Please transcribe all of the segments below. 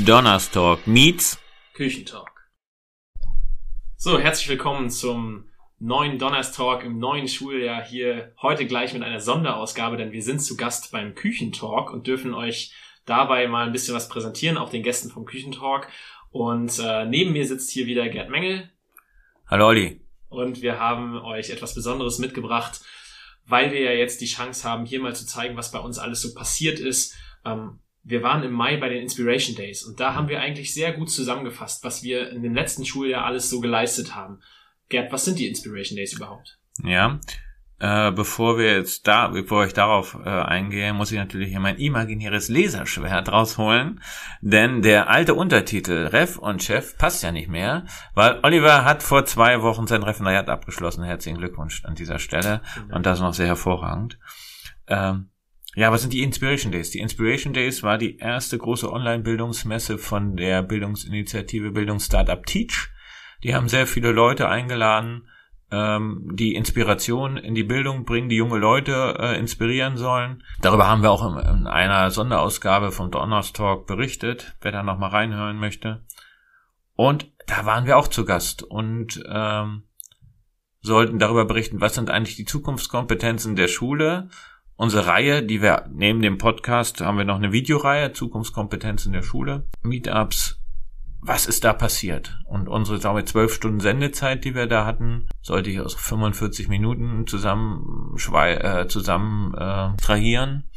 Donnerstalk meets Küchentalk. So, herzlich willkommen zum neuen Donnerstalk im neuen Schuljahr hier heute gleich mit einer Sonderausgabe, denn wir sind zu Gast beim Küchentalk und dürfen euch dabei mal ein bisschen was präsentieren, auch den Gästen vom Küchentalk. Und neben mir sitzt hier wieder Gerd Mengel. Hallo Olli. Und wir haben euch etwas Besonderes mitgebracht, weil wir ja jetzt die Chance haben, hier mal zu zeigen, was bei uns alles so passiert ist. Wir waren im Mai bei den Inspiration Days und da haben wir eigentlich sehr gut zusammengefasst, was wir in dem letzten Schuljahr alles so geleistet haben. Gerd, was sind die Inspiration Days überhaupt? Ja, bevor ich darauf eingehe, muss ich natürlich hier mein imaginäres Laserschwert rausholen, denn der alte Untertitel Ref und Chef passt ja nicht mehr, weil Oliver hat vor 2 Wochen sein Referendariat abgeschlossen. Herzlichen Glückwunsch an dieser Stelle und das noch sehr hervorragend. Ja, was sind die Inspiration Days? Die Inspiration Days war die erste große Online-Bildungsmesse von der Bildungsinitiative Bildungsstartup Teach. Die haben sehr viele Leute eingeladen, die Inspiration in die Bildung bringen, die junge Leute inspirieren sollen. Darüber haben wir auch in einer Sonderausgabe vom Donnerstalk berichtet, wer da nochmal reinhören möchte. Und da waren wir auch zu Gast und sollten darüber berichten, was sind eigentlich die Zukunftskompetenzen der Schule. Unsere Reihe, die wir neben dem Podcast, haben wir noch eine Videoreihe, Zukunftskompetenzen der Schule, Meetups. Was ist da passiert? Und unsere, sagen wir, 12 Stunden Sendezeit, die wir da hatten, sollte ich aus 45 Minuten zusammen trahieren.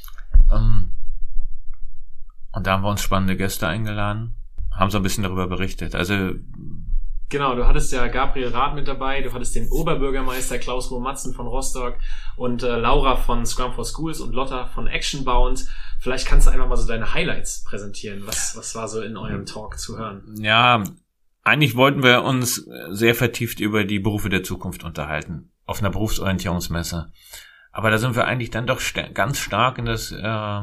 Und da haben wir uns spannende Gäste eingeladen, haben so ein bisschen darüber berichtet. Also genau, du hattest ja Gabriel Rath mit dabei, du hattest den Oberbürgermeister Klaus-Ruhe Matzen von Rostock und Laura von Scrum for Schools und Lotta von Actionbound. Vielleicht kannst du einfach mal so deine Highlights präsentieren. Was war so in eurem Talk zu hören? Ja, eigentlich wollten wir uns sehr vertieft über die Berufe der Zukunft unterhalten, auf einer Berufsorientierungsmesse. Aber da sind wir eigentlich dann doch ganz stark in das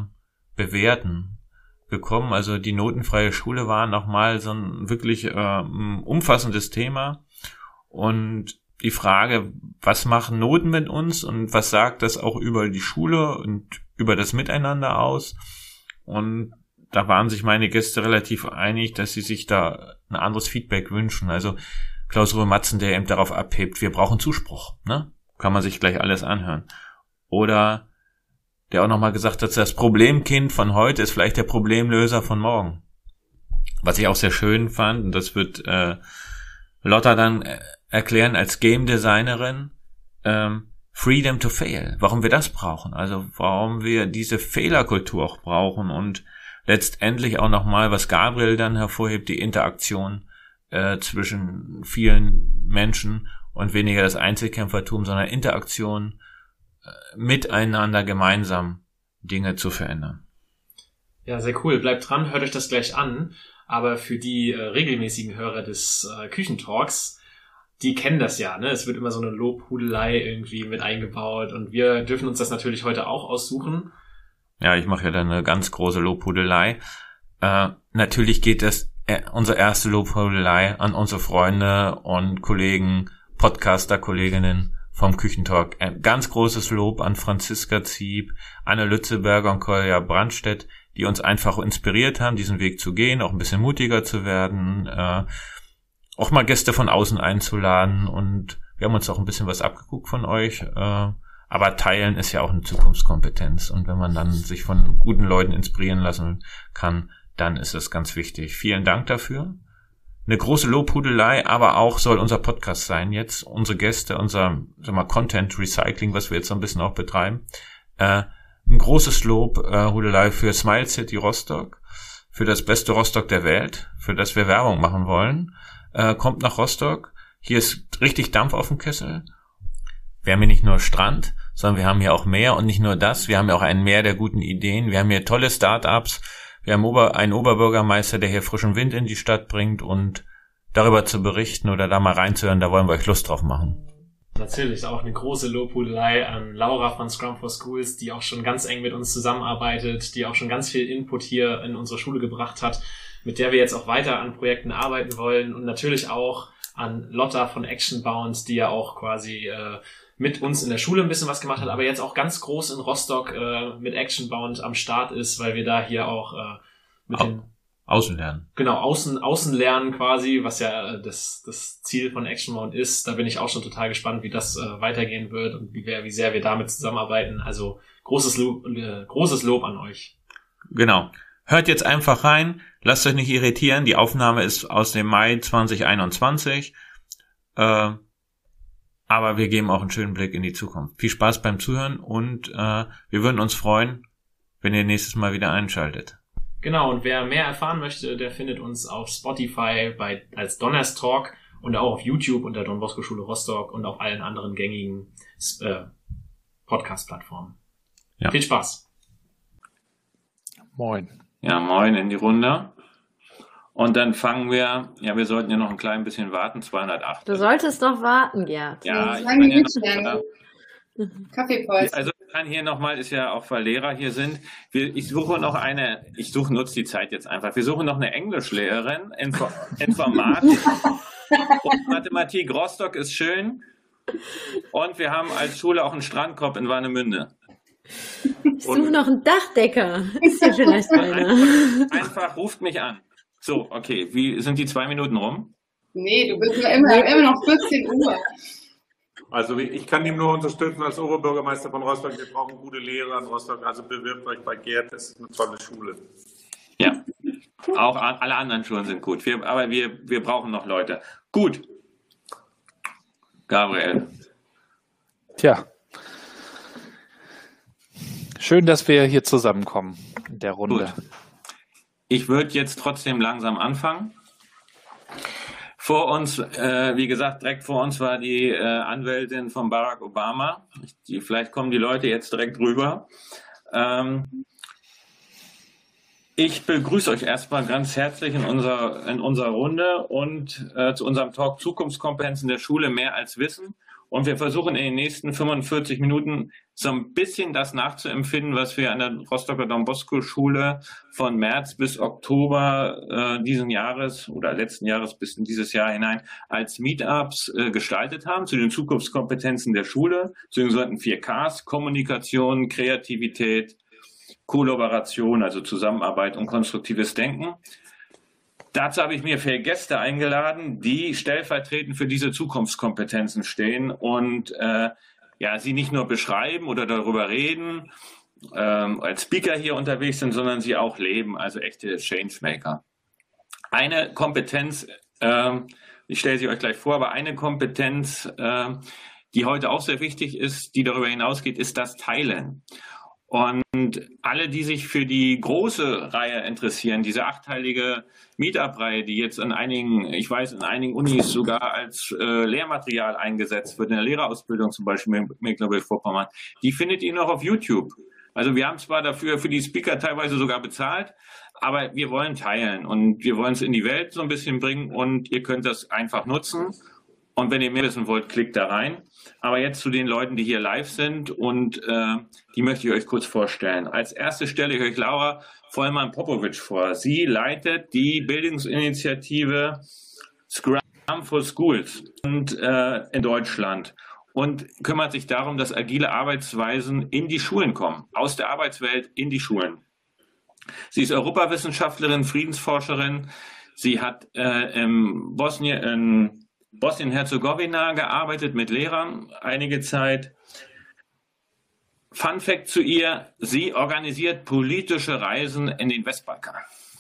Bewerten gekommen. Also die notenfreie Schule war nochmal so ein wirklich umfassendes Thema. Und die Frage, was machen Noten mit uns und was sagt das auch über die Schule und über das Miteinander aus? Und da waren sich meine Gäste relativ einig, dass sie sich da ein anderes Feedback wünschen. Also Klaus-Ruhe Matzen, der eben darauf abhebt, wir brauchen Zuspruch, ne? Kann man sich gleich alles anhören. Oder der auch nochmal gesagt hat, das Problemkind von heute ist vielleicht der Problemlöser von morgen. Was ich auch sehr schön fand, und das wird Lotta dann erklären als Game Designerin, Freedom to Fail, warum wir das brauchen, also warum wir diese Fehlerkultur auch brauchen und letztendlich auch nochmal, was Gabriel dann hervorhebt, die Interaktion zwischen vielen Menschen und weniger das Einzelkämpfertum, sondern Interaktion miteinander gemeinsam Dinge zu verändern. Ja, sehr cool. Bleibt dran, hört euch das gleich an. Aber für die regelmäßigen Hörer des Küchentalks, die kennen das ja, ne? Es wird immer so eine Lobhudelei irgendwie mit eingebaut und wir dürfen uns das natürlich heute auch aussuchen. Ja, ich mache ja dann eine ganz große Lobhudelei. Natürlich geht das unsere erste Lobhudelei an unsere Freunde und Kollegen, Podcaster, Kolleginnen vom Küchentalk. Ein ganz großes Lob an Franziska Zieb, Anne Lützeberger und Kolja Brandstedt, die uns einfach inspiriert haben, diesen Weg zu gehen, auch ein bisschen mutiger zu werden, auch mal Gäste von außen einzuladen und wir haben uns auch ein bisschen was abgeguckt von euch, aber teilen ist ja auch eine Zukunftskompetenz und wenn man dann sich von guten Leuten inspirieren lassen kann, dann ist das ganz wichtig. Vielen Dank dafür. Eine große Lobhudelei, aber auch soll unser Podcast sein jetzt, unsere Gäste, unser Content Recycling, was wir jetzt so ein bisschen auch betreiben. Ein großes Lob, Hudelei für Smile City Rostock, für das beste Rostock der Welt, für das wir Werbung machen wollen. Kommt nach Rostock. Hier ist richtig Dampf auf dem Kessel. Wir haben hier nicht nur Strand, sondern wir haben hier auch Meer und nicht nur das, wir haben hier auch ein Meer der guten Ideen. Wir haben hier tolle Start-ups. Wir haben einen Oberbürgermeister, der hier frischen Wind in die Stadt bringt und darüber zu berichten oder da mal reinzuhören, da wollen wir euch Lust drauf machen. Natürlich auch eine große Lobhudelei an Laura von Scrum for Schools, die auch schon ganz eng mit uns zusammenarbeitet, die auch schon ganz viel Input hier in unsere Schule gebracht hat, mit der wir jetzt auch weiter an Projekten arbeiten wollen und natürlich auch an Lotta von Actionbound, die ja auch quasi mit uns in der Schule ein bisschen was gemacht hat, aber jetzt auch ganz groß in Rostock mit Actionbound am Start ist, weil wir da hier auch mit den Außenlernen. Genau, außen lernen quasi, was ja das Ziel von Action Mount ist. Da bin ich auch schon total gespannt, wie das weitergehen wird und wie sehr wir damit zusammenarbeiten. Also großes Lob an euch. Genau. Hört jetzt einfach rein, lasst euch nicht irritieren. Die Aufnahme ist aus dem Mai 2021. Aber wir geben auch einen schönen Blick in die Zukunft. Viel Spaß beim Zuhören und wir würden uns freuen, wenn ihr nächstes Mal wieder einschaltet. Genau, und wer mehr erfahren möchte, der findet uns auf Spotify als Donners Talk und auch auf YouTube unter Don Bosco Schule Rostock und auf allen anderen gängigen Podcast-Plattformen. Ja. Viel Spaß. Moin. Ja, moin in die Runde. Und dann fangen wir sollten ja noch ein klein bisschen warten, 208. Du solltest doch warten, Gerd. Ja, ich kann ja Kaffeepause. Also kann hier nochmal, ist ja auch, weil Lehrer hier sind, ich nutze die Zeit jetzt einfach. Wir suchen noch eine Englischlehrerin, Informatik und Mathematik. Rostock ist schön. Und wir haben als Schule auch einen Strandkorb in Warnemünde. Ich suche noch einen Dachdecker. Ist hier vielleicht einer. Einfach ruft mich an. So, okay. Wie sind die 2 Minuten rum? Nee, du bist immer noch 14 Uhr. Also ich kann ihm nur unterstützen als Oberbürgermeister von Rostock. Wir brauchen gute Lehrer in Rostock. Also bewirbt euch bei Gerd. Das ist eine tolle Schule. Ja, auch alle anderen Schulen sind gut. Aber wir brauchen noch Leute. Gut. Gabriel. Tja. Schön, dass wir hier zusammenkommen in der Runde. Gut. Ich würde jetzt trotzdem langsam anfangen. Vor uns, wie gesagt, direkt vor uns war die Anwältin von Barack Obama. Vielleicht kommen die Leute jetzt direkt rüber. Ich begrüße euch erstmal ganz herzlich in unserer Runde und zu unserem Talk Zukunftskompetenzen der Schule mehr als Wissen. Und wir versuchen in den nächsten 45 Minuten so ein bisschen das nachzuempfinden, was wir an der Rostocker Don Bosco Schule von März bis Oktober diesen Jahres oder letzten Jahres bis in dieses Jahr hinein als Meetups gestaltet haben zu den Zukunftskompetenzen der Schule, zu den sogenannten 4Ks, Kommunikation, Kreativität, Kollaboration, also Zusammenarbeit und konstruktives Denken. Dazu habe ich mir 4 Gäste eingeladen, die stellvertretend für diese Zukunftskompetenzen stehen und sie nicht nur beschreiben oder darüber reden, als Speaker hier unterwegs sind, sondern sie auch leben, also echte Changemaker. Eine Kompetenz, ich stelle sie euch gleich vor, aber eine Kompetenz, die heute auch sehr wichtig ist, die darüber hinausgeht, ist das Teilen. Und alle, die sich für die große Reihe interessieren, diese 8-teilige Meetup-Reihe, die jetzt in einigen Unis sogar als Lehrmaterial eingesetzt wird, in der Lehrerausbildung zum Beispiel in Mecklenburg-Vorpommern, die findet ihr noch auf YouTube. Also wir haben zwar dafür für die Speaker teilweise sogar bezahlt, aber wir wollen teilen und wir wollen es in die Welt so ein bisschen bringen und ihr könnt das einfach nutzen. Und wenn ihr mehr wissen wollt, klickt da rein. Aber jetzt zu den Leuten, die hier live sind und die möchte ich euch kurz vorstellen. Als erstes stelle ich euch Laura Vollmann-Popovic vor. Sie leitet die Bildungsinitiative Scrum for Schools in Deutschland und kümmert sich darum, dass agile Arbeitsweisen in die Schulen kommen, aus der Arbeitswelt in die Schulen. Sie ist Europawissenschaftlerin, Friedensforscherin. Sie hat in Bosnien-Herzegowina gearbeitet mit Lehrern einige Zeit. Fun Fact zu ihr, sie organisiert politische Reisen in den Westbalkan.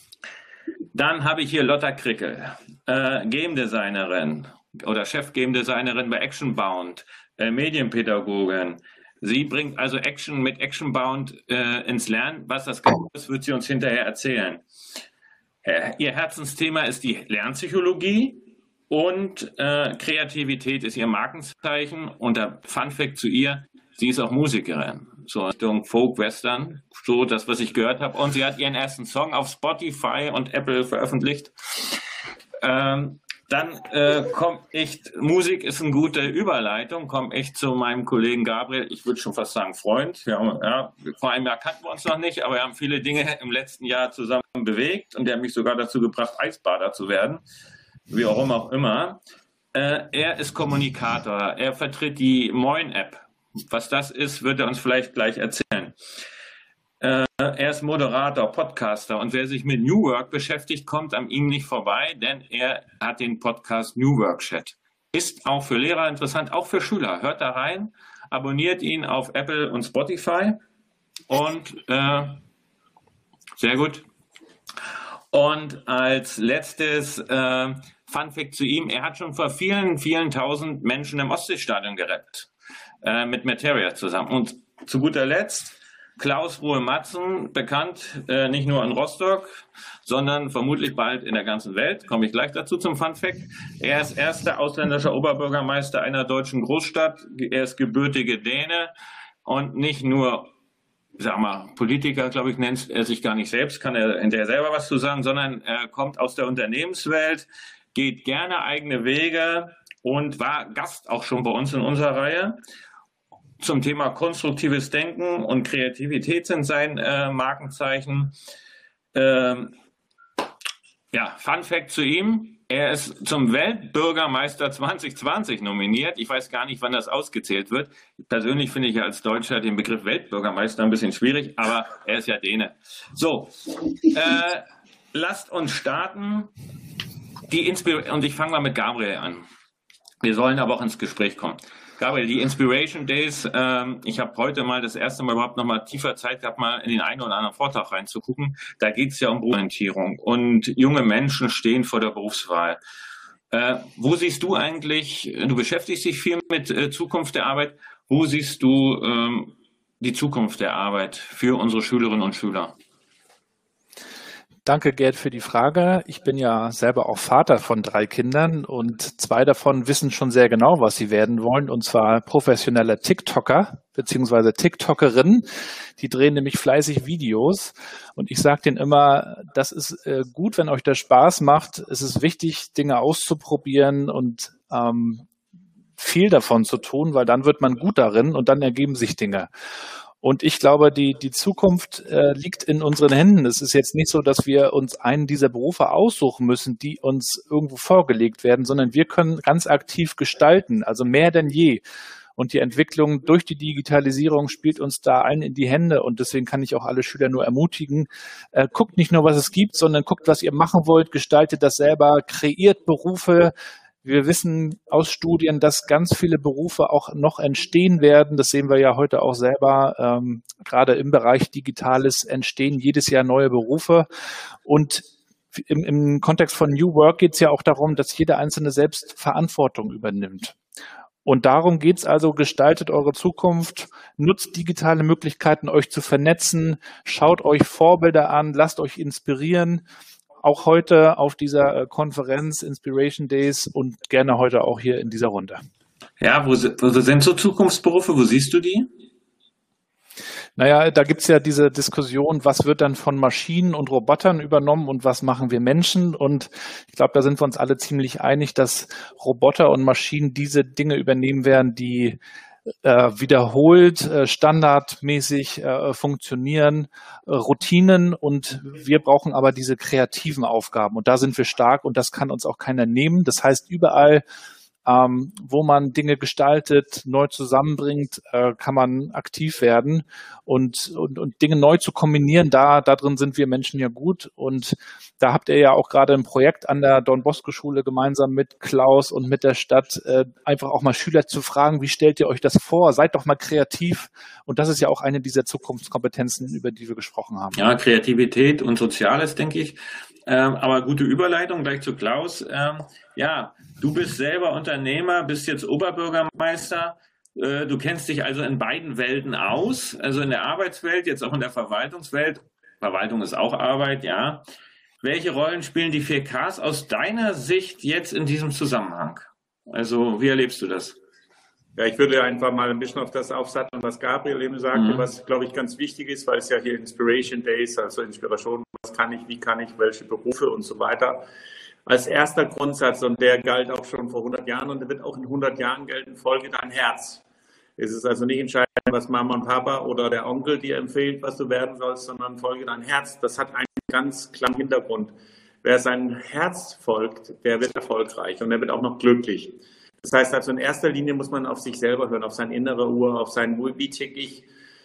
Dann habe ich hier Lotta Krickel, Game Designerin oder Chef-Game-Designerin bei Actionbound, Medienpädagogin. Sie bringt also mit Actionbound ins Lernen. Was das genau ist, wird sie uns hinterher erzählen. Ihr Herzensthema ist die Lernpsychologie. Und Kreativität ist ihr Markenzeichen. Und der Funfact zu ihr, sie ist auch Musikerin. So Richtung Folk, Western, so das, was ich gehört habe. Und sie hat ihren ersten Song auf Spotify und Apple veröffentlicht. Musik ist eine gute Überleitung, komme ich zu meinem Kollegen Gabriel, ich würde schon fast sagen Freund. Vor einem Jahr kannten wir uns noch nicht, aber wir haben viele Dinge im letzten Jahr zusammen bewegt. Und der hat mich sogar dazu gebracht, Eisbader zu werden. Wie auch immer. Er ist Kommunikator. Er vertritt die Moin-App. Was das ist, wird er uns vielleicht gleich erzählen. Er ist Moderator, Podcaster und wer sich mit New Work beschäftigt, kommt an ihm nicht vorbei, denn er hat den Podcast New Work Chat. Ist auch für Lehrer interessant, auch für Schüler. Hört da rein, abonniert ihn auf Apple und Spotify und sehr gut. Und als letztes Fun Fact zu ihm, er hat schon vor vielen, vielen tausend Menschen im Ostseestadion gerappt, mit Materia zusammen. Und zu guter Letzt Klaus Ruhe-Matzen, bekannt nicht nur in Rostock, sondern vermutlich bald in der ganzen Welt. Komme ich gleich dazu zum Fun Fact. Er ist erster ausländischer Oberbürgermeister einer deutschen Großstadt. Er ist gebürtige Däne und nicht nur, sag mal, Politiker, glaube ich, nennt er sich gar nicht selbst, kann er hinterher selber was zu sagen, sondern er kommt aus der Unternehmenswelt, geht gerne eigene Wege und war Gast auch schon bei uns in unserer Reihe. Zum Thema konstruktives Denken und Kreativität sind sein Markenzeichen. Fun Fact zu ihm. Er ist zum Weltbürgermeister 2020 nominiert. Ich weiß gar nicht, wann das ausgezählt wird. Persönlich finde ich ja als Deutscher den Begriff Weltbürgermeister ein bisschen schwierig, aber er ist ja Däne. So, lasst uns starten. Und ich fange mal mit Gabriel an. Wir sollen aber auch ins Gespräch kommen. Gabriel, die Inspiration Days, ich habe heute mal das erste Mal überhaupt noch mal tiefer Zeit gehabt, mal in den einen oder anderen Vortrag reinzugucken. Da geht es ja um Berufsorientierung und junge Menschen stehen vor der Berufswahl. Wo siehst du eigentlich, du beschäftigst dich viel mit Zukunft der Arbeit, wo siehst du die Zukunft der Arbeit für unsere Schülerinnen und Schüler? Danke, Gerd, für die Frage. Ich bin ja selber auch Vater von 3 Kindern und 2 davon wissen schon sehr genau, was sie werden wollen, und zwar professionelle TikToker bzw. TikTokerinnen. Die drehen nämlich fleißig Videos und ich sage denen immer, das ist gut, wenn euch das Spaß macht. Es ist wichtig, Dinge auszuprobieren und viel davon zu tun, weil dann wird man gut darin und dann ergeben sich Dinge. Und ich glaube, die Zukunft liegt in unseren Händen. Es ist jetzt nicht so, dass wir uns einen dieser Berufe aussuchen müssen, die uns irgendwo vorgelegt werden, sondern wir können ganz aktiv gestalten, also mehr denn je. Und die Entwicklung durch die Digitalisierung spielt uns da allen in die Hände. Und deswegen kann ich auch alle Schüler nur ermutigen, guckt nicht nur, was es gibt, sondern guckt, was ihr machen wollt, gestaltet das selber, kreiert Berufe. Wir wissen aus Studien, dass ganz viele Berufe auch noch entstehen werden. Das sehen wir ja heute auch selber. Gerade im Bereich Digitales entstehen jedes Jahr neue Berufe. Und im Kontext von New Work geht es ja auch darum, dass jeder Einzelne selbst Verantwortung übernimmt. Und darum geht es also, gestaltet eure Zukunft, nutzt digitale Möglichkeiten, euch zu vernetzen, schaut euch Vorbilder an, lasst euch inspirieren. Auch heute auf dieser Konferenz Inspiration Days und gerne heute auch hier in dieser Runde. Ja, wo sind so Zukunftsberufe? Wo siehst du die? Naja, da gibt's ja diese Diskussion, was wird dann von Maschinen und Robotern übernommen und was machen wir Menschen? Und ich glaube, da sind wir uns alle ziemlich einig, dass Roboter und Maschinen diese Dinge übernehmen werden, die wiederholt, standardmäßig funktionieren, Routinen, und wir brauchen aber diese kreativen Aufgaben und da sind wir stark und das kann uns auch keiner nehmen. Das heißt, überall, wo man Dinge gestaltet, neu zusammenbringt, kann man aktiv werden und Dinge neu zu kombinieren, da drin sind wir Menschen ja gut, und da habt ihr ja auch gerade ein Projekt an der Don-Bosco-Schule gemeinsam mit Klaus und mit der Stadt, einfach auch mal Schüler zu fragen, wie stellt ihr euch das vor? Seid doch mal kreativ, und das ist ja auch eine dieser Zukunftskompetenzen, über die wir gesprochen haben. Ja, Kreativität und Soziales, denke ich. Aber gute Überleitung gleich zu Klaus. Ja, du bist selber Unternehmer, bist jetzt Oberbürgermeister. Du kennst dich also in beiden Welten aus, also in der Arbeitswelt, jetzt auch in der Verwaltungswelt. Verwaltung ist auch Arbeit, ja. Welche Rollen spielen die 4Ks aus deiner Sicht jetzt in diesem Zusammenhang? Also, wie erlebst du das? Ja, ich würde einfach mal ein bisschen auf das aufsatteln, was Gabriel eben sagte, was, glaube ich, ganz wichtig ist, weil es ja hier Inspiration Days, also Inspiration, was kann ich, wie kann ich, welche Berufe und so weiter. Als erster Grundsatz, und der galt auch schon vor 100 Jahren und der wird auch in 100 Jahren gelten, folge dein Herz. Es ist also nicht entscheidend, was Mama und Papa oder der Onkel dir empfiehlt, was du werden sollst, sondern folge dein Herz. Das hat einen ganz klaren Hintergrund. Wer seinem Herz folgt, der wird erfolgreich und der wird auch noch glücklich. Das heißt also, in erster Linie muss man auf sich selber hören, auf seine innere Uhr, auf sein, wie tick ich,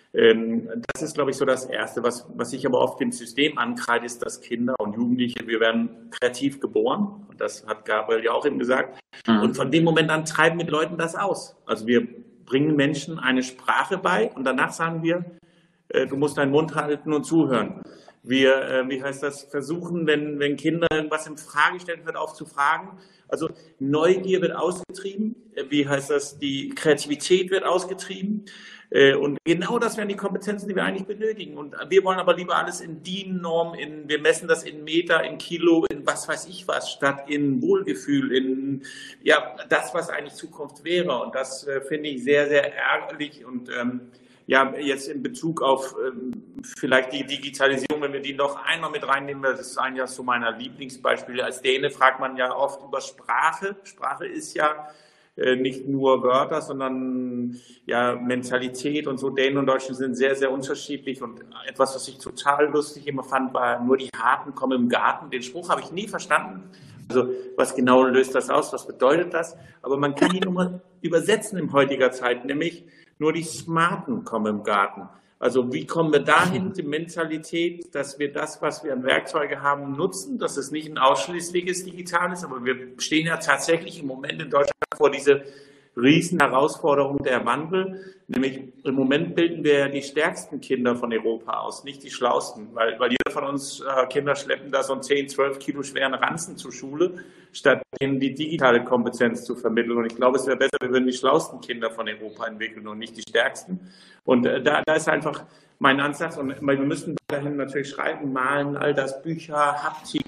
Das ist, glaube ich, so das Erste. Was ich aber oft dem System ankreide, ist, dass Kinder und Jugendliche, wir werden kreativ geboren. Und das hat Gabriel ja auch eben gesagt. Und von dem Moment an treiben wir Leuten das aus. Also wir bringen Menschen eine Sprache bei und danach sagen wir, du musst deinen Mund halten und zuhören. Wir, versuchen, wenn Kinder irgendwas in Frage stellen, hört auf zu fragen. Also Neugier wird ausgetrieben. Die Kreativität wird ausgetrieben. Und genau das wären die Kompetenzen, die wir eigentlich benötigen. Und wir wollen aber lieber alles in DIN-Norm, wir messen das in Meter, in Kilo, in was weiß ich was, statt in Wohlgefühl, in das, was eigentlich Zukunft wäre. Und das finde ich sehr, sehr ärgerlich. Und jetzt in Bezug auf vielleicht die Digitalisierung, wenn wir die noch einmal mit reinnehmen, das ist ein so meiner Lieblingsbeispiele. Als Däne fragt man ja oft über Sprache. Sprache ist ja nicht nur Wörter, sondern Mentalität und so. Dänen und Deutschen sind sehr, sehr unterschiedlich. Und etwas, was ich total lustig immer fand, war nur die Harten kommen im Garten. Den Spruch habe ich nie verstanden. Also was genau löst das aus? Was bedeutet das? Aber man kann ihn nur übersetzen in heutiger Zeit, nämlich nur die Smarten kommen im Garten. Also wie kommen wir dahin, die Mentalität, dass wir das, was wir an Werkzeuge haben, nutzen, dass es nicht ein ausschließliches Digitales, aber wir stehen ja tatsächlich im Moment in Deutschland vor diese riesen Herausforderung der Wandel. Nämlich im Moment bilden wir ja die stärksten Kinder von Europa aus, nicht die schlausten, weil jeder von uns Kinder schleppen da so einen 10, 12 Kilo schweren Ranzen zur Schule, statt ihnen die digitale Kompetenz zu vermitteln. Und ich glaube, es wäre besser, wir würden die schlausten Kinder von Europa entwickeln und nicht die stärksten. Und da ist einfach mein Ansatz. Und wir müssen dahin natürlich schreiben, malen, all das, Bücher, Haptik.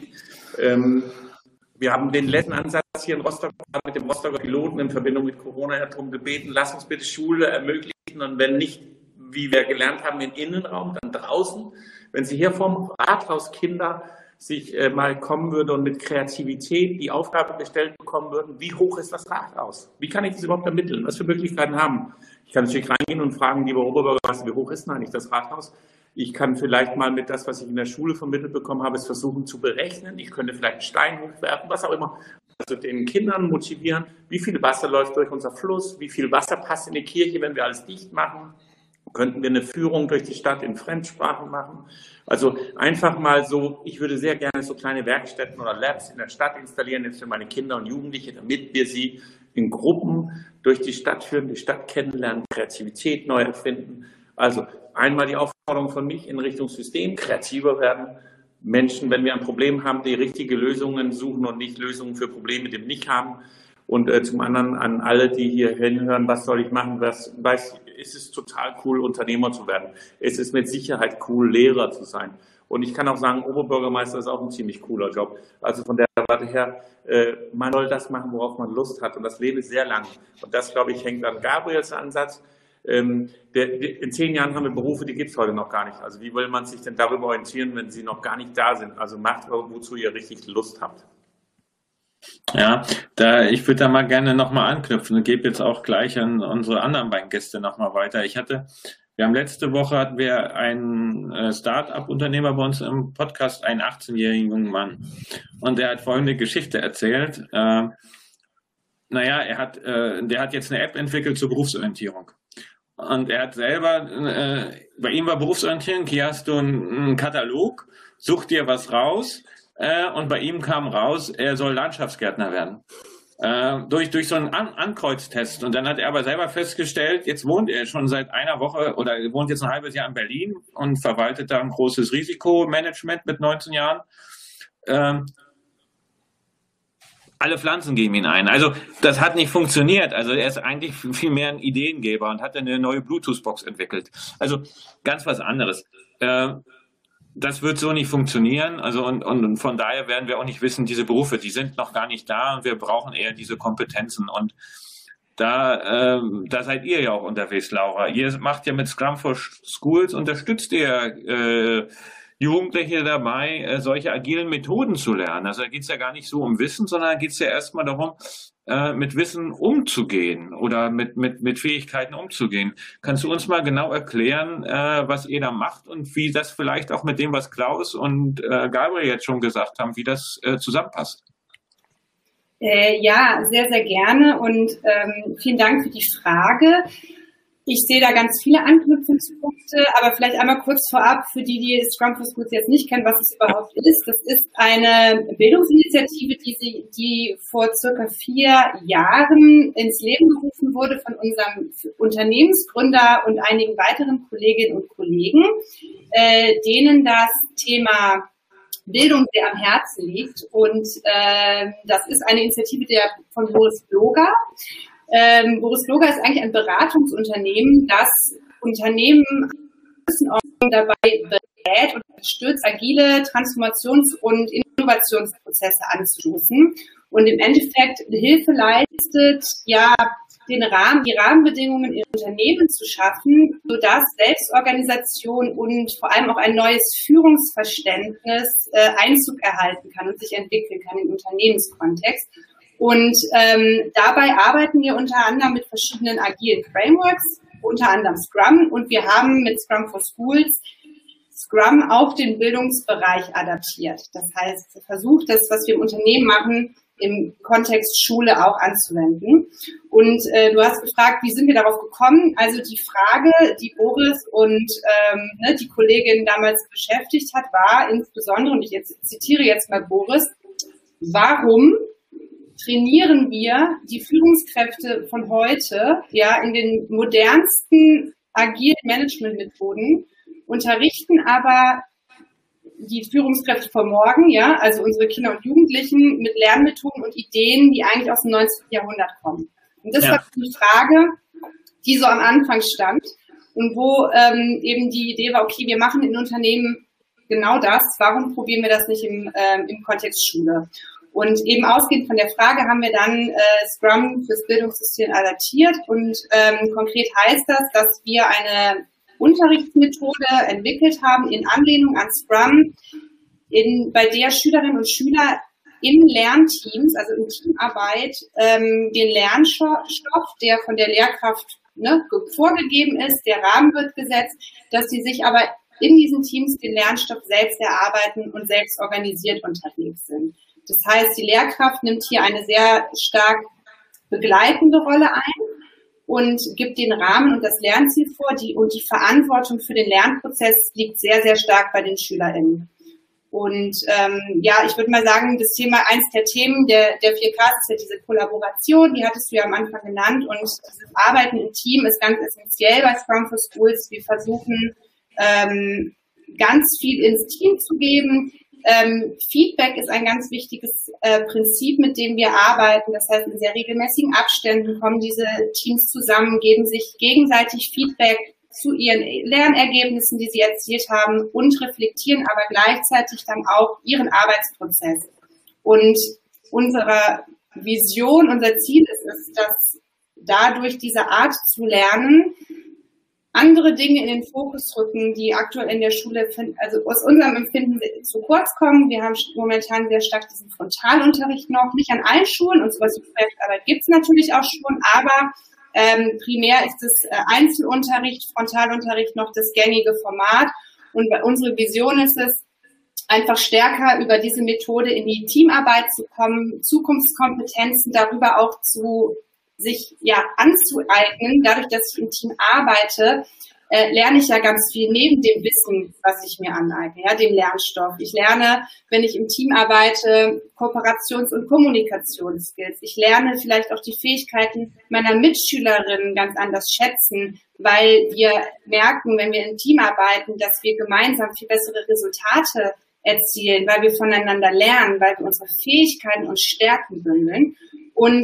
Wir haben den letzten Ansatz hier in Rostock mit dem Rostocker Piloten in Verbindung mit Corona darum gebeten, lass uns bitte Schule ermöglichen und wenn nicht, wie wir gelernt haben, im Innenraum, dann draußen. Wenn Sie hier vom Rathaus Kinder sich mal kommen würden und mit Kreativität die Aufgabe gestellt bekommen würden, wie hoch ist das Rathaus? Wie kann ich das überhaupt ermitteln? Was für Möglichkeiten haben? Ich kann natürlich reingehen und fragen, lieber Oberbürgermeister, wie hoch ist denn eigentlich das Rathaus? Ich kann vielleicht mal mit das, was ich in der Schule vermittelt bekommen habe, es versuchen zu berechnen. Ich könnte vielleicht einen Stein hochwerfen, was auch immer. Also den Kindern motivieren, wie viel Wasser läuft durch unser Fluss, wie viel Wasser passt in die Kirche, wenn wir alles dicht machen. Könnten wir eine Führung durch die Stadt in Fremdsprachen machen? Also einfach mal so, ich würde sehr gerne so kleine Werkstätten oder Labs in der Stadt installieren, jetzt für meine Kinder und Jugendliche, damit wir sie in Gruppen durch die Stadt führen, die Stadt kennenlernen, Kreativität neu erfinden. Also einmal die Aufforderung von mich in Richtung System, kreativer werden. Menschen, wenn wir ein Problem haben, die richtige Lösungen suchen und nicht Lösungen für Probleme, die wir nicht haben. Und zum anderen an alle, die hier hinhören, was soll ich machen? Es ist total cool, Unternehmer zu werden. Es ist mit Sicherheit cool, Lehrer zu sein. Und ich kann auch sagen, Oberbürgermeister ist auch ein ziemlich cooler Job. Also von der Seite her, man soll das machen, worauf man Lust hat. Und das Leben ist sehr lang. Und das, glaube ich, hängt an Gabriels Ansatz. In 10 Jahren haben wir Berufe, die gibt es heute noch gar nicht. Also wie will man sich denn darüber orientieren, wenn sie noch gar nicht da sind? Also macht, wozu ihr richtig Lust habt. Ja, ich würde da mal gerne nochmal anknüpfen und gebe jetzt auch gleich an unsere anderen beiden Gäste nochmal weiter. Letzte Woche hatten wir einen Start-up-Unternehmer bei uns im Podcast, einen 18-jährigen jungen Mann. Und der hat folgende Geschichte erzählt. Der hat jetzt eine App entwickelt zur Berufsorientierung. Und er hat selber, bei ihm war Berufsorientierung, hier hast du einen Katalog, such dir was raus. Und bei ihm kam raus, er soll Landschaftsgärtner werden. Durch so einen Ankreuztest. Und dann hat er aber selber festgestellt, jetzt wohnt er schon seit einer Woche oder wohnt jetzt ein halbes Jahr in Berlin und verwaltet da ein großes Risikomanagement mit 19 Jahren. Alle Pflanzen geben ihn ein. Also das hat nicht funktioniert. Also er ist eigentlich viel mehr ein Ideengeber und hat eine neue Bluetooth-Box entwickelt. Also ganz was anderes. Das wird so nicht funktionieren. Also und von daher werden wir auch nicht wissen, diese Berufe, die sind noch gar nicht da und wir brauchen eher diese Kompetenzen. Und da seid ihr ja auch unterwegs, Laura. Ihr macht ja mit Scrum for Schools, unterstützt ihr Jugendliche dabei, solche agilen Methoden zu lernen. Also da geht es ja gar nicht so um Wissen, sondern da geht es ja erstmal darum, mit Wissen umzugehen oder mit Fähigkeiten umzugehen. Kannst du uns mal genau erklären, was ihr da macht und wie das vielleicht auch mit dem, was Klaus und Gabriel jetzt schon gesagt haben, wie das zusammenpasst? Ja, sehr, sehr gerne und vielen Dank für die Frage. Ich sehe da ganz viele Anknüpfungspunkte, aber vielleicht einmal kurz vorab für die Scrum for Schools jetzt nicht kennen, was es überhaupt ist. Das ist eine Bildungsinitiative, die vor circa 4 Jahren ins Leben gerufen wurde von unserem Unternehmensgründer und einigen weiteren Kolleginnen und Kollegen, denen das Thema Bildung sehr am Herzen liegt. Und das ist eine Initiative von Boris Bloger. Boris Bloger ist eigentlich ein Beratungsunternehmen, das Unternehmen dabei berät und unterstützt, agile Transformations- und Innovationsprozesse anzustoßen und im Endeffekt Hilfe leistet, ja, die Rahmenbedingungen in Unternehmen zu schaffen, sodass Selbstorganisation und vor allem auch ein neues Führungsverständnis Einzug erhalten kann und sich entwickeln kann im Unternehmenskontext. Und dabei arbeiten wir unter anderem mit verschiedenen agilen Frameworks, unter anderem Scrum. Und wir haben mit Scrum for Schools Scrum auf den Bildungsbereich adaptiert. Das heißt, versucht, das, was wir im Unternehmen machen, im Kontext Schule auch anzuwenden. Und du hast gefragt, wie sind wir darauf gekommen? Also die Frage, die Boris und die Kollegin damals beschäftigt hat, war insbesondere, und ich zitiere jetzt mal Boris, warum trainieren wir die Führungskräfte von heute, ja, in den modernsten agilen Managementmethoden, unterrichten aber die Führungskräfte von morgen, ja, also unsere Kinder und Jugendlichen mit Lernmethoden und Ideen, die eigentlich aus dem 19. Jahrhundert kommen. Und das war die Frage, die so am Anfang stand und wo eben die Idee war, okay, wir machen in Unternehmen genau das, warum probieren wir das nicht im Kontext Schule? Und eben ausgehend von der Frage haben wir dann Scrum fürs Bildungssystem adaptiert und konkret heißt das, dass wir eine Unterrichtsmethode entwickelt haben in Anlehnung an Scrum, bei der Schülerinnen und Schüler in Lernteams, also in Teamarbeit, den Lernstoff, der von der Lehrkraft vorgegeben ist, der Rahmen wird gesetzt, dass sie sich aber in diesen Teams den Lernstoff selbst erarbeiten und selbst organisiert unterwegs sind. Das heißt, die Lehrkraft nimmt hier eine sehr stark begleitende Rolle ein und gibt den Rahmen und das Lernziel vor, und die Verantwortung für den Lernprozess liegt sehr, sehr stark bei den SchülerInnen. Und ich würde mal sagen, eins der Themen der 4Ks ist ja diese Kollaboration, die hattest du ja am Anfang genannt, und das Arbeiten im Team ist ganz essentiell bei Scrum for Schools. Wir versuchen ganz viel ins Team zu geben. Feedback ist ein ganz wichtiges Prinzip, mit dem wir arbeiten. Das heißt, in sehr regelmäßigen Abständen kommen diese Teams zusammen, geben sich gegenseitig Feedback zu ihren Lernergebnissen, die sie erzielt haben, und reflektieren aber gleichzeitig dann auch ihren Arbeitsprozess. Und unsere Vision, unser Ziel ist es, dass dadurch diese Art zu lernen andere Dinge in den Fokus rücken, die aktuell in der Schule, also aus unserem Empfinden, zu kurz kommen. Wir haben momentan sehr stark diesen Frontalunterricht noch, nicht an allen Schulen, und sowas wie Projektarbeit gibt es natürlich auch schon, aber primär ist es Einzelunterricht, Frontalunterricht noch das gängige Format. Und unsere Vision ist es, einfach stärker über diese Methode in die Teamarbeit zu kommen, Zukunftskompetenzen darüber auch sich anzueignen. Dadurch, dass ich im Team arbeite, lerne ich ja ganz viel neben dem Wissen, was ich mir aneigne, ja, dem Lernstoff. Ich lerne, wenn ich im Team arbeite, Kooperations- und Kommunikationsskills. Ich lerne vielleicht auch die Fähigkeiten meiner Mitschülerinnen ganz anders schätzen, weil wir merken, wenn wir im Team arbeiten, dass wir gemeinsam viel bessere Resultate erzielen, weil wir voneinander lernen, weil wir unsere Fähigkeiten und Stärken bündeln. Und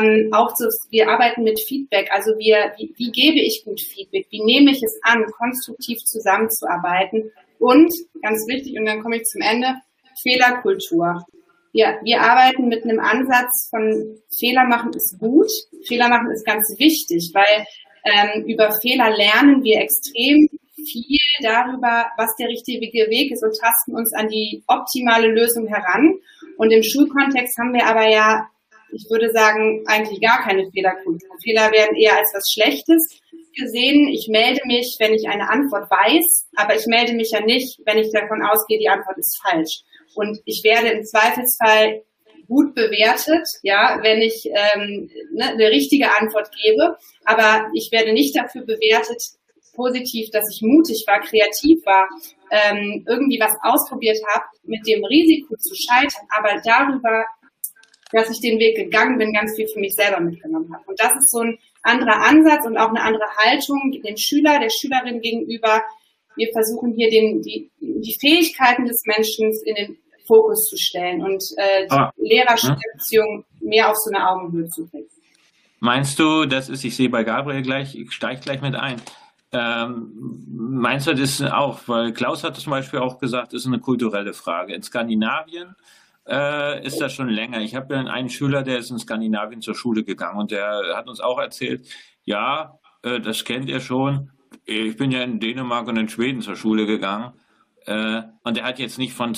wir arbeiten mit Feedback, also wie gebe ich gut Feedback, wie nehme ich es an, konstruktiv zusammenzuarbeiten, und ganz wichtig, und dann komme ich zum Ende, Fehlerkultur. Wir arbeiten mit einem Ansatz von Fehler machen ist gut, Fehler machen ist ganz wichtig, weil über Fehler lernen wir extrem viel darüber, was der richtige Weg ist, und tasten uns an die optimale Lösung heran. Und im Schulkontext haben wir aber ja, ich würde sagen, eigentlich gar keine Fehlerkultur. Fehler werden eher als was Schlechtes gesehen. Ich melde mich, wenn ich eine Antwort weiß, aber ich melde mich ja nicht, wenn ich davon ausgehe, die Antwort ist falsch. Und ich werde im Zweifelsfall gut bewertet, ja, wenn ich eine richtige Antwort gebe, aber ich werde nicht dafür bewertet, positiv, dass ich mutig war, kreativ war, irgendwie was ausprobiert habe, mit dem Risiko zu scheitern, aber darüber, dass ich den Weg gegangen bin, ganz viel für mich selber mitgenommen habe. Und das ist so ein anderer Ansatz und auch eine andere Haltung dem Schüler, der Schülerin gegenüber. Wir versuchen hier die Fähigkeiten des Menschen in den Fokus zu stellen und die Lehrer-Schüler-Beziehung mehr auf so eine Augenhöhe zu bringen. Meinst du, das ist, ich sehe bei Gabriel gleich, ich steige gleich mit ein, meinst du das auch, weil Klaus hat zum Beispiel auch gesagt, das ist eine kulturelle Frage. In Skandinavien ist das schon länger. Ich habe ja einen Schüler, der ist in Skandinavien zur Schule gegangen und der hat uns auch erzählt, ja, das kennt ihr schon, ich bin ja in Dänemark und in Schweden zur Schule gegangen und er hat jetzt nicht von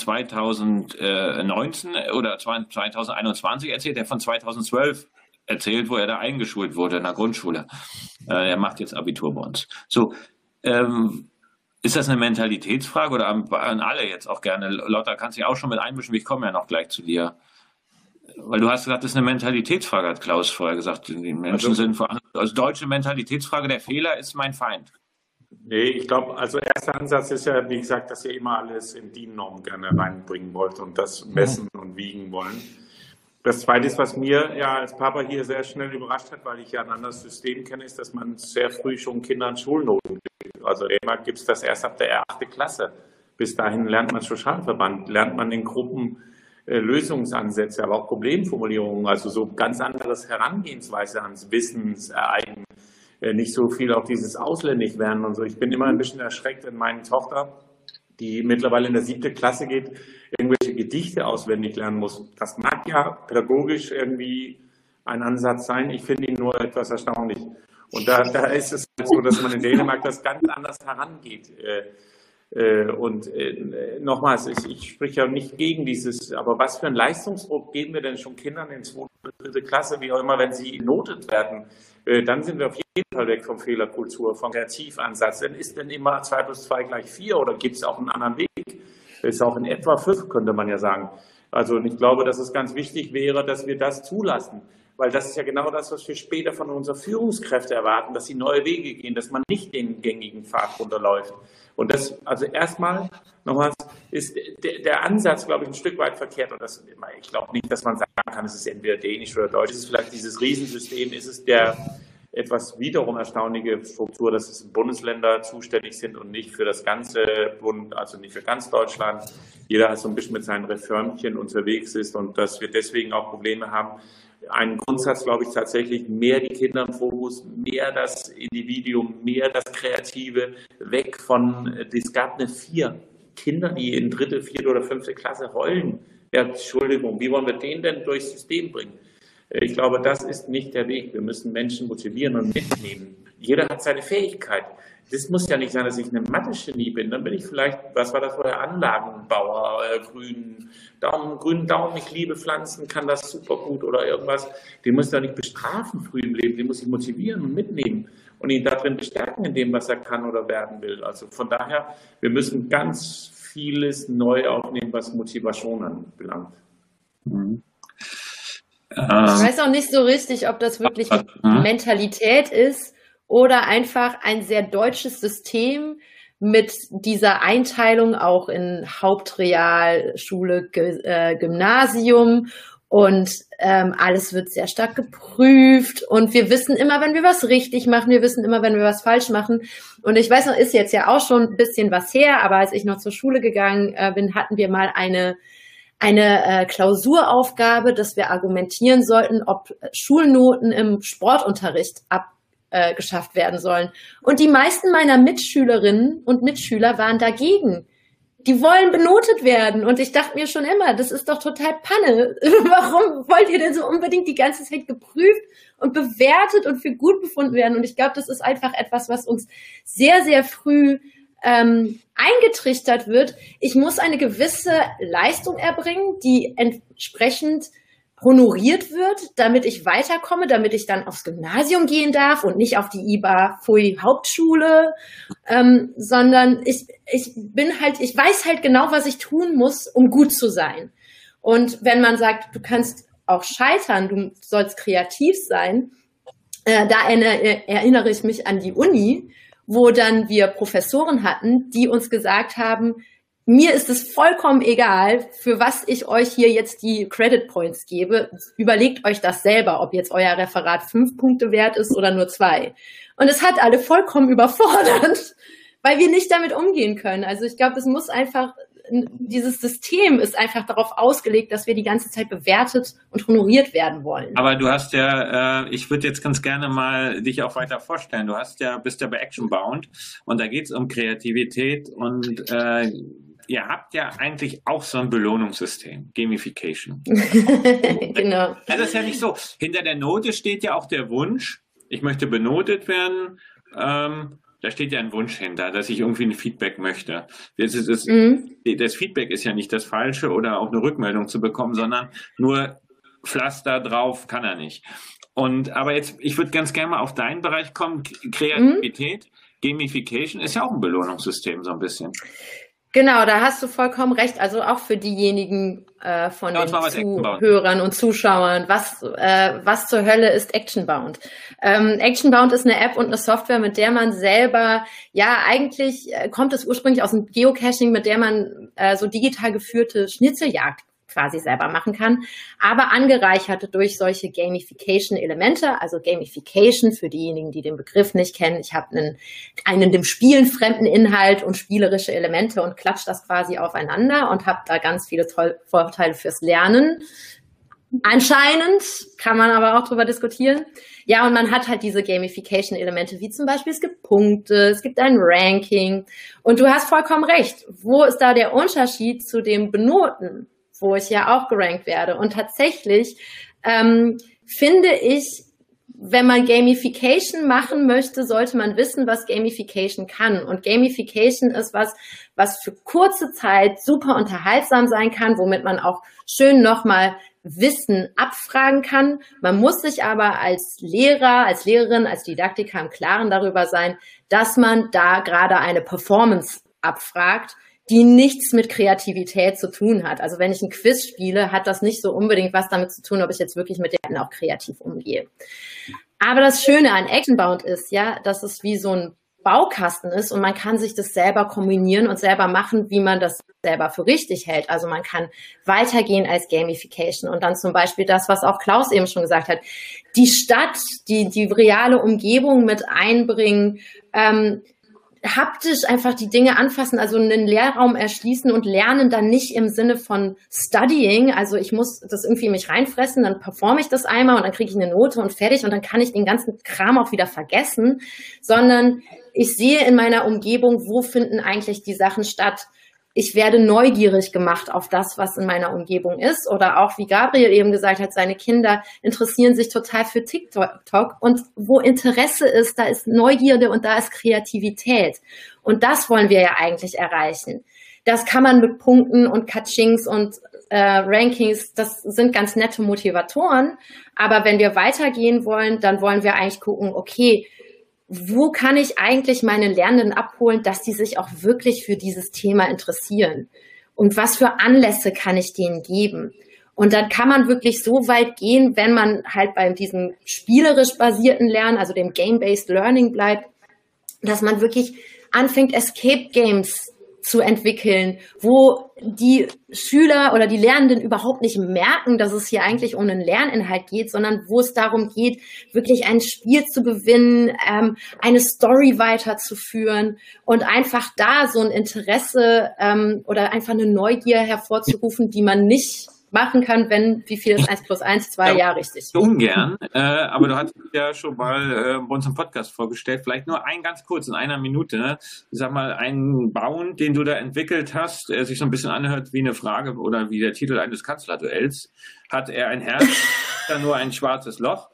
2019 oder 2021 erzählt, er hat von 2012 erzählt, wo er da eingeschult wurde in der Grundschule. Er macht jetzt Abitur bei uns. So, ist das eine Mentalitätsfrage oder an alle jetzt auch gerne? Lotta, kannst du dich auch schon mit einmischen, ich komme ja noch gleich zu dir. Weil du hast gesagt, das ist eine Mentalitätsfrage, hat Klaus vorher gesagt. Die Menschen sind vor allem, also deutsche Mentalitätsfrage, der Fehler ist mein Feind. Nee, ich glaube, also erster Ansatz ist ja, wie gesagt, dass ihr immer alles in DIN-Norm gerne reinbringen wollt und das messen und wiegen wollen. Das Zweite ist, was mir ja als Papa hier sehr schnell überrascht hat, weil ich ja ein anderes System kenne, ist, dass man sehr früh schon Kindern Schulnoten gibt. Also immer gibt es das erst ab der 8. Klasse. Bis dahin lernt man Sozialverband, lernt man in Gruppen Lösungsansätze, aber auch Problemformulierungen, also so ganz anderes Herangehensweise ans Wissensereignen. Nicht so viel auch dieses Ausländigwerden und so. Ich bin immer ein bisschen erschreckt, wenn meine Tochter, die mittlerweile in der 7. Klasse geht, irgendwelche Gedichte auswendig lernen muss. Das mag ja pädagogisch irgendwie ein Ansatz sein. Ich finde ihn nur etwas erstaunlich. Und da ist es halt so, dass man in Dänemark das ganz anders herangeht. Nochmals, ich spreche ja nicht gegen dieses, aber was für einen Leistungsdruck geben wir denn schon Kindern in 2. oder 3. Klasse, wie auch immer, wenn sie notet werden? Dann sind wir auf jeden Fall weg vom Fehlerkultur, vom Kreativansatz. Dann ist denn immer 2 + 2 = 4 oder gibt es auch einen anderen Weg? Ist auch in etwa 5, könnte man ja sagen. Also und ich glaube, dass es ganz wichtig wäre, dass wir das zulassen. Weil das ist ja genau das, was wir später von unseren Führungskräften erwarten, dass sie neue Wege gehen, dass man nicht den gängigen Pfad runterläuft. Und das, also erstmal, nochmals, ist der Ansatz, glaube ich, ein Stück weit verkehrt. Und das, ich glaube nicht, dass man sagen kann, es ist entweder Dänisch oder Deutsch. Es ist vielleicht dieses Riesensystem, ist es der etwas wiederum erstaunliche Struktur, dass es Bundesländer zuständig sind und nicht für das ganze Bund, also nicht für ganz Deutschland. Jeder so ein bisschen mit seinen Reformchen unterwegs ist und dass wir deswegen auch Probleme haben. Ein Grundsatz, glaube ich, tatsächlich mehr die Kinder im Fokus, mehr das Individuum, mehr das Kreative, weg von, es gab 4 Kinder, die in 3., 4. oder 5. Klasse heulen. Ja, Entschuldigung, wie wollen wir den denn durchs System bringen? Ich glaube, das ist nicht der Weg. Wir müssen Menschen motivieren und mitnehmen. Jeder hat seine Fähigkeit. Das muss ja nicht sein, dass ich eine Mathe-Genie bin. Dann bin ich vielleicht, was war das vorher, Anlagenbauer, grünen Daumen, ich liebe Pflanzen, kann das super gut oder irgendwas. Den muss ich doch nicht bestrafen früh im Leben, den muss ich motivieren und mitnehmen und ihn darin bestärken in dem, was er kann oder werden will. Also von daher, wir müssen ganz vieles neu aufnehmen, was Motivation anbelangt. Ich weiß auch nicht so richtig, ob das wirklich Mentalität ist oder einfach ein sehr deutsches System mit dieser Einteilung auch in Hauptrealschule, Gymnasium und alles wird sehr stark geprüft und wir wissen immer, wenn wir was richtig machen, wir wissen immer, wenn wir was falsch machen und ich weiß noch, ist jetzt ja auch schon ein bisschen was her, aber als ich noch zur Schule gegangen bin, hatten wir mal eine Klausuraufgabe, dass wir argumentieren sollten, ob Schulnoten im Sportunterricht abgeschafft werden sollen. Und die meisten meiner Mitschülerinnen und Mitschüler waren dagegen. Die wollen benotet werden. Und ich dachte mir schon immer, das ist doch total Panne. Warum wollt ihr denn so unbedingt die ganze Zeit geprüft und bewertet und für gut befunden werden? Und ich glaube, das ist einfach etwas, was uns sehr, sehr früh eingetrichtert wird, ich muss eine gewisse Leistung erbringen, die entsprechend honoriert wird, damit ich weiterkomme, damit ich dann aufs Gymnasium gehen darf und nicht auf die IBA-FUI Hauptschule, sondern ich weiß halt genau, was ich tun muss, um gut zu sein. Und wenn man sagt, du kannst auch scheitern, du sollst kreativ sein, da erinnere ich mich an die Uni, wo dann wir Professoren hatten, die uns gesagt haben, mir ist es vollkommen egal, für was ich euch hier jetzt die Credit Points gebe. Überlegt euch das selber, ob jetzt euer Referat 5 Punkte wert ist oder nur 2. Und es hat alle vollkommen überfordert, weil wir nicht damit umgehen können. Also ich glaube, es muss einfach, dieses System ist einfach darauf ausgelegt, dass wir die ganze Zeit bewertet und honoriert werden wollen. Aber du hast ja, ich würde jetzt ganz gerne mal dich auch weiter vorstellen. Du bist ja bei Actionbound und da geht es um Kreativität und ihr habt ja eigentlich auch so ein Belohnungssystem, Gamification. Genau. Also das ist ja nicht so. Hinter der Note steht ja auch der Wunsch, ich möchte benotet werden. Da steht ja ein Wunsch hinter, dass ich irgendwie ein Feedback möchte. Das Feedback ist ja nicht das Falsche oder auch eine Rückmeldung zu bekommen, sondern nur Pflaster drauf kann er nicht. Aber jetzt, ich würde ganz gerne mal auf deinen Bereich kommen. Kreativität, Gamification ist ja auch ein Belohnungssystem so ein bisschen. Genau, da hast du vollkommen recht. Also auch für diejenigen von den Zuhörern und Zuschauern, was zur Hölle ist Actionbound? Actionbound ist eine App und eine Software, mit der man selber, eigentlich kommt es ursprünglich aus dem Geocaching, mit der man so digital geführte Schnitzeljagd quasi selber machen kann, aber angereichert durch solche Gamification-Elemente, also Gamification für diejenigen, die den Begriff nicht kennen. Ich habe einen dem Spielen fremden Inhalt und spielerische Elemente und klatsche das quasi aufeinander und habe da ganz viele Vorteile fürs Lernen. Anscheinend kann man aber auch drüber diskutieren. Ja, und man hat halt diese Gamification-Elemente, wie zum Beispiel, es gibt Punkte, es gibt ein Ranking. Und du hast vollkommen recht. Wo ist da der Unterschied zu dem Benoten, wo ich ja auch gerankt werde? Und tatsächlich finde ich, wenn man Gamification machen möchte, sollte man wissen, was Gamification kann. Und Gamification ist was für kurze Zeit super unterhaltsam sein kann, womit man auch schön nochmal Wissen abfragen kann. Man muss sich aber als Lehrer, als Lehrerin, als Didaktiker im Klaren darüber sein, dass man da gerade eine Performance abfragt, die nichts mit Kreativität zu tun hat. Also wenn ich ein Quiz spiele, hat das nicht so unbedingt was damit zu tun, ob ich jetzt wirklich mit denen auch kreativ umgehe. Aber das Schöne an Actionbound ist ja, dass es wie so ein Baukasten ist und man kann sich das selber kombinieren und selber machen, wie man das selber für richtig hält. Also man kann weitergehen als Gamification und dann zum Beispiel das, was auch Klaus eben schon gesagt hat, die Stadt, die reale Umgebung mit einbringen, haptisch einfach die Dinge anfassen, also einen Lehrraum erschließen und lernen dann nicht im Sinne von Studying, also ich muss das irgendwie in mich reinfressen, dann performe ich das einmal und dann kriege ich eine Note und fertig und dann kann ich den ganzen Kram auch wieder vergessen, sondern ich sehe in meiner Umgebung, wo finden eigentlich die Sachen statt. Ich werde neugierig gemacht auf das, was in meiner Umgebung ist. Oder auch, wie Gabriel eben gesagt hat, seine Kinder interessieren sich total für TikTok. Und wo Interesse ist, da ist Neugierde und da ist Kreativität. Und das wollen wir ja eigentlich erreichen. Das kann man mit Punkten und Katschings und Rankings, das sind ganz nette Motivatoren. Aber wenn wir weitergehen wollen, dann wollen wir eigentlich gucken, okay, wo kann ich eigentlich meine Lernenden abholen, dass die sich auch wirklich für dieses Thema interessieren? Und was für Anlässe kann ich denen geben? Und dann kann man wirklich so weit gehen, wenn man halt bei diesem spielerisch basierten Lernen, also dem Game-Based Learning bleibt, dass man wirklich anfängt, Escape Games zu entwickeln, wo die Schüler oder die Lernenden überhaupt nicht merken, dass es hier eigentlich um einen Lerninhalt geht, sondern wo es darum geht, wirklich ein Spiel zu gewinnen, eine Story weiterzuführen und einfach da so ein Interesse oder einfach eine Neugier hervorzurufen, die man nicht machen kann, wie viel ist 1 + 1, 2, ja richtig. Ungern, aber du hast ja schon mal bei uns im Podcast vorgestellt, vielleicht nur ganz kurz in einer Minute, ne? Sag mal, einen Bound, den du da entwickelt hast, der sich so ein bisschen anhört wie eine Frage oder wie der Titel eines Kanzlerduells. Hat er ein Herz oder nur ein schwarzes Loch?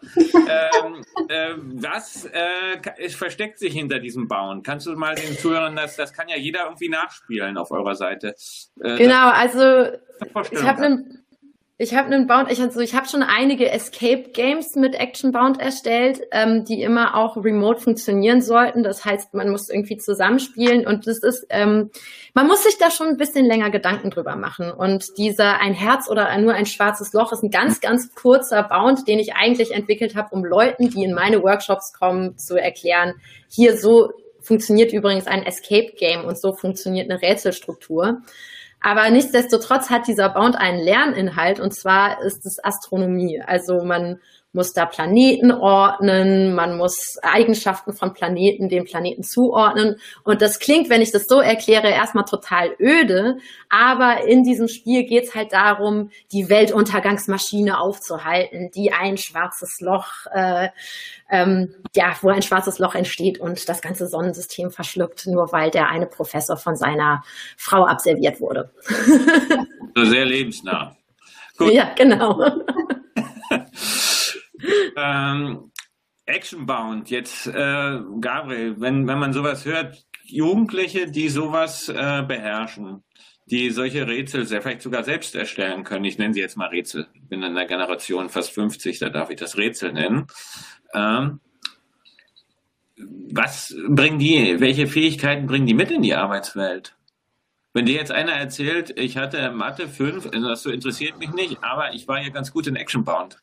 Was versteckt sich hinter diesem Bound? Kannst du mal den Zuhörern, das kann ja jeder irgendwie nachspielen auf eurer Seite. Genau, also ich habe Ich habe einen Bound, ich habe schon einige Escape Games mit Action Bound erstellt, die immer auch remote funktionieren sollten. Das heißt, man muss irgendwie zusammenspielen und das ist, man muss sich da schon ein bisschen länger Gedanken drüber machen. Und dieser ein Herz oder nur ein schwarzes Loch ist ein ganz, ganz kurzer Bound, den ich eigentlich entwickelt habe, um Leuten, die in meine Workshops kommen, zu erklären, hier so funktioniert übrigens ein Escape Game und so funktioniert eine Rätselstruktur. Aber nichtsdestotrotz hat dieser Bound einen Lerninhalt, und zwar ist es Astronomie. Also man muss da Planeten ordnen, man muss Eigenschaften von Planeten dem Planeten zuordnen. Und das klingt, wenn ich das so erkläre, erstmal total öde. Aber in diesem Spiel geht's halt darum, die Weltuntergangsmaschine aufzuhalten, die ein schwarzes Loch, wo ein schwarzes Loch entsteht und das ganze Sonnensystem verschluckt, nur weil der eine Professor von seiner Frau abserviert wurde. So sehr lebensnah. Gut. Ja, genau. Actionbound, jetzt Gabriel, wenn man sowas hört, Jugendliche, die sowas beherrschen, die solche Rätsel vielleicht sogar selbst erstellen können, ich nenne sie jetzt mal Rätsel, ich bin in der Generation fast 50, da darf ich das Rätsel nennen. Was bringen die, welche Fähigkeiten bringen die mit in die Arbeitswelt? Wenn dir jetzt einer erzählt, ich hatte Mathe 5, das so interessiert mich nicht, aber ich war ja ganz gut in Actionbound.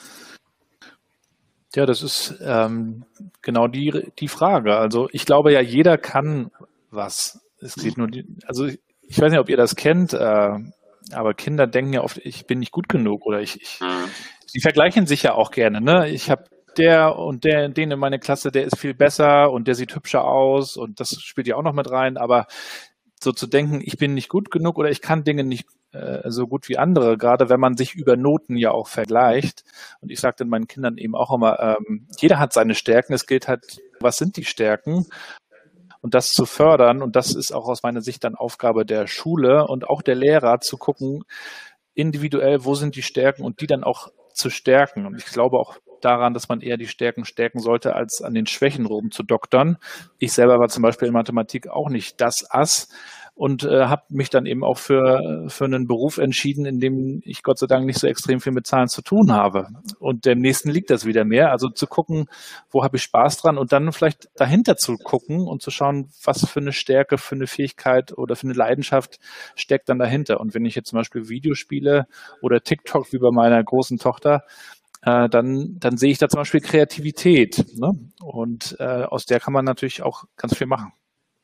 Ja, das ist genau die Frage. Also ich glaube ja, jeder kann was. Es geht nur also ich weiß nicht, ob ihr das kennt, aber Kinder denken ja oft, ich bin nicht gut genug oder sie vergleichen sich ja auch gerne, ne? Ich habe den in meiner Klasse, der ist viel besser und der sieht hübscher aus und das spielt ja auch noch mit rein, aber so zu denken, ich bin nicht gut genug oder ich kann Dinge nicht so gut wie andere, gerade wenn man sich über Noten ja auch vergleicht. Und ich sage dann meinen Kindern eben auch immer, jeder hat seine Stärken. Es gilt halt, was sind die Stärken? Und das zu fördern. Und das ist auch aus meiner Sicht dann Aufgabe der Schule und auch der Lehrer zu gucken, individuell, wo sind die Stärken und die dann auch zu stärken. Und ich glaube auch daran, dass man eher die Stärken stärken sollte, als an den Schwächen rumzudoktern. Ich selber war zum Beispiel in Mathematik auch nicht das Ass und habe mich dann eben auch für einen Beruf entschieden, in dem ich Gott sei Dank nicht so extrem viel mit Zahlen zu tun habe. Und dem nächsten liegt das wieder mehr. Also zu gucken, wo habe ich Spaß dran und dann vielleicht dahinter zu gucken und zu schauen, was für eine Stärke, für eine Fähigkeit oder für eine Leidenschaft steckt dann dahinter. Und wenn ich jetzt zum Beispiel Videospiele oder TikTok wie bei meiner großen Tochter, dann sehe ich da zum Beispiel Kreativität, ne? Und aus der kann man natürlich auch ganz viel machen.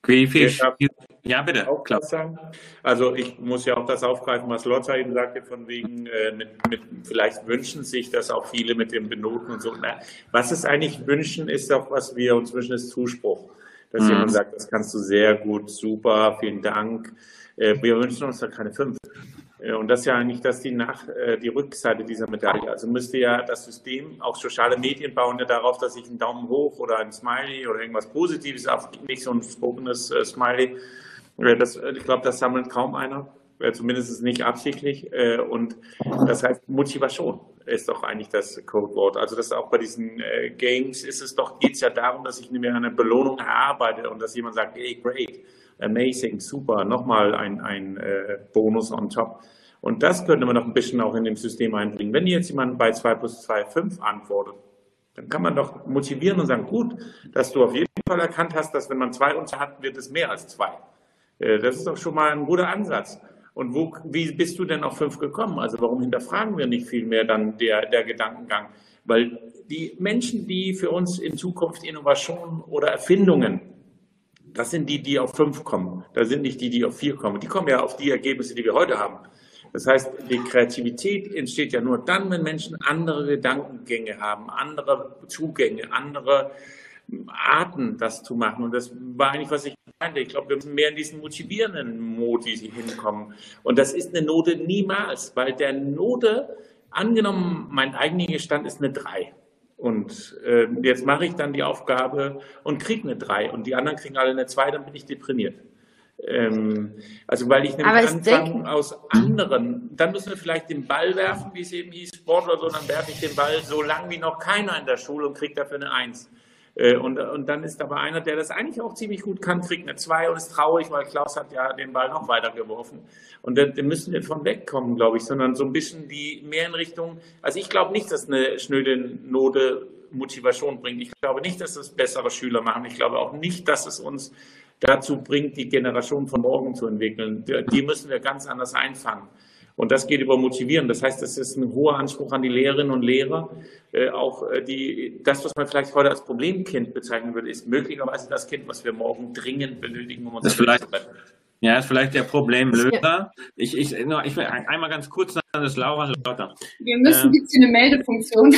Ja, bitte. Auch klar sagen. Also ich muss ja auch das aufgreifen, was Lotta eben sagte, von wegen, vielleicht wünschen sich das auch viele mit dem Benoten und so. Na, was es eigentlich wünschen, ist auch, was wir uns wünschen, ist Zuspruch. Dass jemand sagt, das kannst du sehr gut, super, vielen Dank. Wir wünschen uns da keine 5. Und das ist ja eigentlich die Rückseite dieser Medaille. Also müsste ja das System, auch soziale Medien bauen ja darauf, dass ich einen Daumen hoch oder ein Smiley oder irgendwas Positives, nicht so ein spokenes Smiley. Ich glaube, das sammelt kaum einer, zumindest nicht absichtlich. Und das heißt, Motivation ist doch eigentlich das Codewort. Also das auch bei diesen Games geht es ja darum, dass ich mir eine Belohnung erarbeite und dass jemand sagt, hey, great. Amazing, super, nochmal ein Bonus on top. Und das könnte man noch ein bisschen auch in dem System einbringen. Wenn jetzt jemand bei 2 + 2 5 antwortet, dann kann man doch motivieren und sagen, gut, dass du auf jeden Fall erkannt hast, dass wenn man 2 unter hat, wird es mehr als 2. Das ist doch schon mal ein guter Ansatz. Und wie bist du denn auf 5 gekommen? Also warum hinterfragen wir nicht viel mehr dann der Gedankengang? Weil die Menschen, die für uns in Zukunft Innovationen oder Erfindungen, das sind die auf 5 kommen. Das sind nicht die auf 4 kommen. Die kommen ja auf die Ergebnisse, die wir heute haben. Das heißt, die Kreativität entsteht ja nur dann, wenn Menschen andere Gedankengänge haben, andere Zugänge, andere Arten, das zu machen. Und das war eigentlich, was ich meinte. Ich glaube, wir müssen mehr in diesen motivierenden Modi hinkommen. Und das ist eine Note niemals, weil der Note, angenommen, mein eigentlicher Stand ist eine 3. Und jetzt mache ich dann die Aufgabe und kriege eine 3 und die anderen kriegen alle eine 2, dann bin ich deprimiert. Also weil ich nämlich anfange aus anderen, dann müssen wir vielleicht den Ball werfen, wie es eben hieß, Sport oder so, dann werfe ich den Ball so lang wie noch keiner in der Schule und kriege dafür eine 1. Und dann ist aber einer, der das eigentlich auch ziemlich gut kann, kriegt eine 2 und ist traurig, weil Klaus hat ja den Ball noch weiter geworfen. Und da müssen wir von wegkommen, glaube ich, sondern so ein bisschen die mehr in Richtung, also ich glaube nicht, dass eine schnöde Note Motivation bringt. Ich glaube nicht, dass es bessere Schüler machen. Ich glaube auch nicht, dass es uns dazu bringt, die Generation von morgen zu entwickeln. Die müssen wir ganz anders einfangen. Und das geht über Motivieren. Das heißt, das ist ein hoher Anspruch an die Lehrerinnen und Lehrer. Das, was man vielleicht heute als Problemkind bezeichnen würde, ist möglicherweise das Kind, was wir morgen dringend benötigen, um uns zu retten. Ja, ist vielleicht der Problemlöser. Ich will einmal ganz kurz sagen, das Laura lauter. Wir müssen ein bisschen eine Meldefunktion.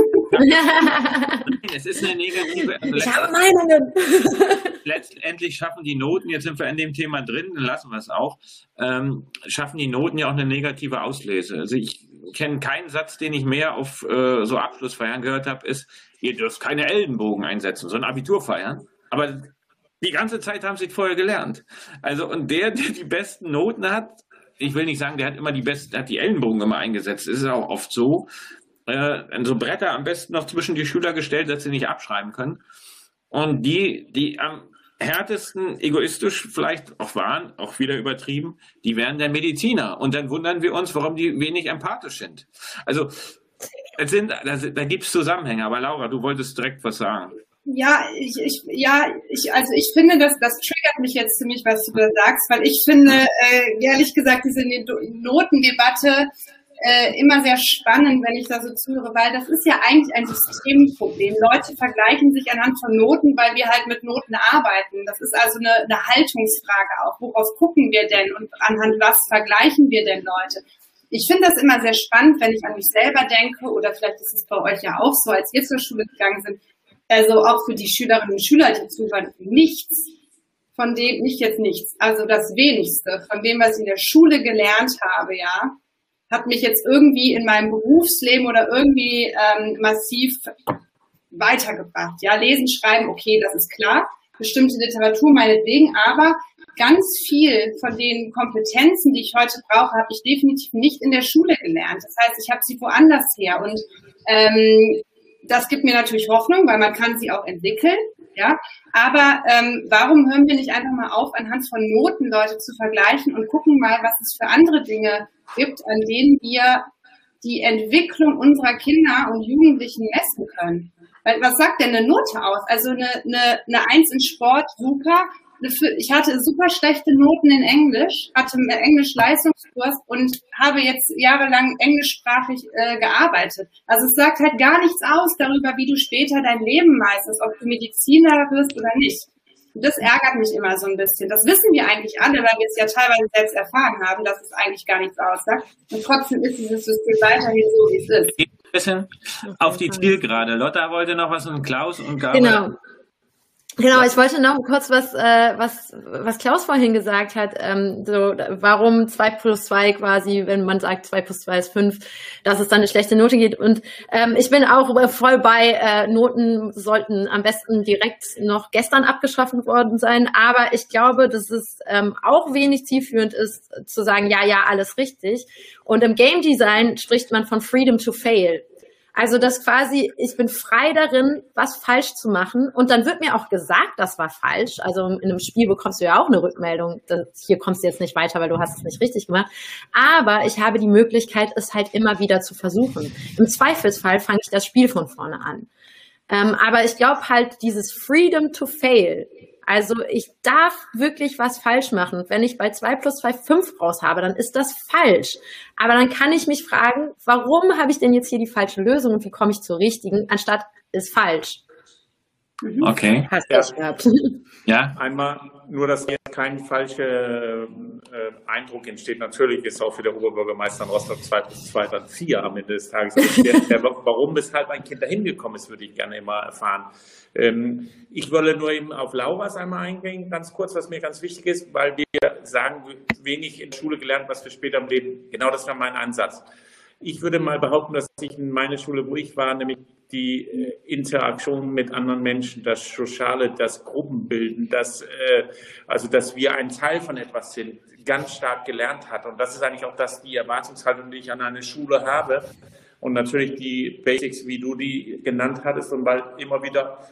Es ist eine negative. Ich habe Meinungen. Letztendlich schaffen die Noten, jetzt sind wir in dem Thema drin, dann lassen wir es auch, schaffen die Noten ja auch eine negative Auslese. Also ich kenne keinen Satz, den ich mehr auf so Abschlussfeiern gehört habe, ist, ihr dürft keine Ellenbogen einsetzen, so ein Abitur feiern. Aber die ganze Zeit haben sie es vorher gelernt. Also, und der die besten Noten hat, ich will nicht sagen, der hat immer hat die Ellenbogen immer eingesetzt, das ist auch oft so, so Bretter am besten noch zwischen die Schüler gestellt, dass sie nicht abschreiben können. Und die am härtesten egoistisch vielleicht auch waren, auch wieder übertrieben, die wären der Mediziner. Und dann wundern wir uns, warum die wenig empathisch sind. Also, da gibt es Zusammenhänge. Aber Laura, du wolltest direkt was sagen. Ja, ich finde, das triggert mich jetzt ziemlich, was du da sagst, weil ich finde, ehrlich gesagt, diese Notendebatte immer sehr spannend, wenn ich da so zuhöre, weil das ist ja eigentlich ein Systemproblem. Leute vergleichen sich anhand von Noten, weil wir halt mit Noten arbeiten. Das ist also eine Haltungsfrage auch. Worauf gucken wir denn und anhand was vergleichen wir denn Leute? Ich finde das immer sehr spannend, wenn ich an mich selber denke, oder vielleicht ist es bei euch ja auch so, als wir zur Schule gegangen sind. Also auch für die Schülerinnen und Schüler, die zuhören, nichts, also das Wenigste von dem, was ich in der Schule gelernt habe, ja, hat mich jetzt irgendwie in meinem Berufsleben oder irgendwie massiv weitergebracht. Ja, lesen, schreiben, okay, das ist klar. Bestimmte Literatur meinetwegen, aber ganz viel von den Kompetenzen, die ich heute brauche, habe ich definitiv nicht in der Schule gelernt. Das heißt, ich habe sie woanders her und das gibt mir natürlich Hoffnung, weil man kann sie auch entwickeln, ja. Aber warum hören wir nicht einfach mal auf, anhand von Noten Leute zu vergleichen und gucken mal, was es für andere Dinge gibt, an denen wir die Entwicklung unserer Kinder und Jugendlichen messen können. Weil was sagt denn eine Note aus? Also eine 1 in Sport, super. Ich hatte super schlechte Noten in Englisch, hatte einen Englisch-Leistungskurs und habe jetzt jahrelang englischsprachig gearbeitet. Also es sagt halt gar nichts aus darüber, wie du später dein Leben meisterst, ob du Mediziner wirst oder nicht. Und das ärgert mich immer so ein bisschen. Das wissen wir eigentlich alle, weil wir es ja teilweise selbst erfahren haben, dass es eigentlich gar nichts aussagt. Und trotzdem ist dieses System weiterhin so, wie es ist. Ein bisschen auf die Zielgerade. Lotta wollte noch was und Klaus und Gabriel. Genau, ich wollte noch kurz was Klaus vorhin gesagt hat, warum 2+2 quasi, wenn man sagt 2+2 ist 5, dass es dann eine schlechte Note geht. Und ich bin auch voll bei, Noten sollten am besten direkt noch gestern abgeschafft worden sein. Aber ich glaube, dass es auch wenig zielführend ist, zu sagen, ja, alles richtig. Und im Game Design spricht man von Freedom to Fail. Also das quasi, ich bin frei darin, was falsch zu machen. Und dann wird mir auch gesagt, das war falsch. Also in einem Spiel bekommst du ja auch eine Rückmeldung. Hier kommst du jetzt nicht weiter, weil du hast es nicht richtig gemacht. Aber ich habe die Möglichkeit, es halt immer wieder zu versuchen. Im Zweifelsfall fange ich das Spiel von vorne an. Aber ich glaube halt, dieses Freedom to Fail, also ich darf wirklich was falsch machen. Wenn ich bei 2+2 5 raus habe, dann ist das falsch. Aber dann kann ich mich fragen, warum habe ich denn jetzt hier die falsche Lösung und wie komme ich zur richtigen, anstatt ist falsch. Okay. Hast du das gehabt? Ja. Einmal nur, dass jetzt kein falscher Eindruck entsteht. Natürlich ist auch für der Oberbürgermeister in Rostock 2+2 dann 4 am Ende des Tages. Warum, weshalb ein Kind dahin gekommen ist, würde ich gerne immer erfahren. Ich wolle nur eben auf Lauras einmal eingehen, ganz kurz, was mir ganz wichtig ist, weil wir sagen, wenig in der Schule gelernt, was wir später im Leben, genau das war mein Ansatz. Ich würde mal behaupten, dass ich in meiner Schule, wo ich war, nämlich die Interaktion mit anderen Menschen, das Soziale, das Gruppenbilden, dass wir ein Teil von etwas sind, ganz stark gelernt hat. Und das ist eigentlich auch die Erwartungshaltung, die ich an eine Schule habe. Und natürlich die Basics, wie du die genannt hattest, und weil immer wieder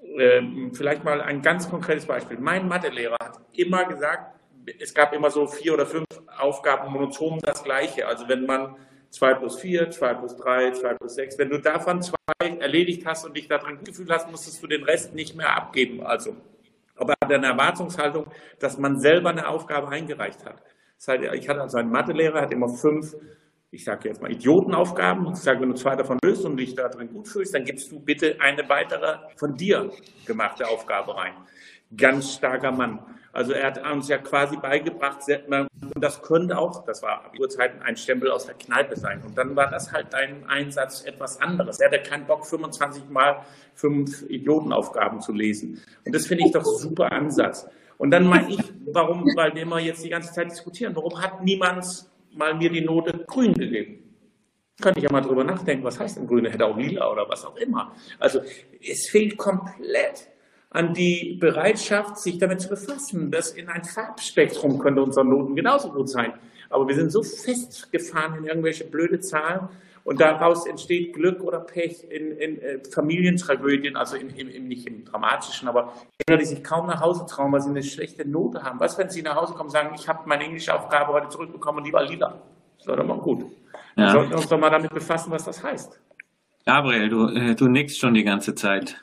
Vielleicht mal ein ganz konkretes Beispiel. Mein Mathelehrer hat immer gesagt, es gab immer so 4 oder 5 Aufgaben monoton das Gleiche. Also wenn man 2 plus 4, 2 plus 3, 2 plus 6, wenn du davon 2 erledigt hast und dich daran gefühlt hast, musstest du den Rest nicht mehr abgeben. Also, aber er hat eine Erwartungshaltung, dass man selber eine Aufgabe eingereicht hat. Das heißt, ich hatte also einen Mathelehrer, hat immer 5, ich sage jetzt mal Idiotenaufgaben. Ich sage, wenn du 2 davon löst und dich da drin gut fühlst, dann gibst du bitte eine weitere von dir gemachte Aufgabe rein. Ganz starker Mann. Also er hat uns ja quasi beigebracht, und das könnte auch, das war Abiturzeiten, ein Stempel aus der Kneipe sein. Und dann war das halt dein Einsatz etwas anderes. Er hatte keinen Bock, 25 Mal 5 Idiotenaufgaben zu lesen. Und das finde ich doch ein super Ansatz. Und dann meine ich, warum, weil wir immer jetzt die ganze Zeit diskutieren, warum hat niemand mal mir die Note grün gegeben? Könnte ich ja mal drüber nachdenken, was heißt denn grün? Hätte auch lila oder was auch immer. Also es fehlt komplett an die Bereitschaft, sich damit zu befassen. Das in ein Farbspektrum könnte unsere Noten genauso gut sein. Aber wir sind so festgefahren in irgendwelche blöde Zahlen und daraus entsteht Glück oder Pech in Familientragödien, also nicht im Dramatischen, aber Kinder, die sich kaum nach Hause trauen, weil sie eine schlechte Note haben. Was, wenn sie nach Hause kommen und sagen, ich habe meine Englischaufgabe heute zurückbekommen und die war lila? Das war doch mal gut. Wir sollten uns doch mal damit befassen, was das heißt. Gabriel, du nickst schon die ganze Zeit.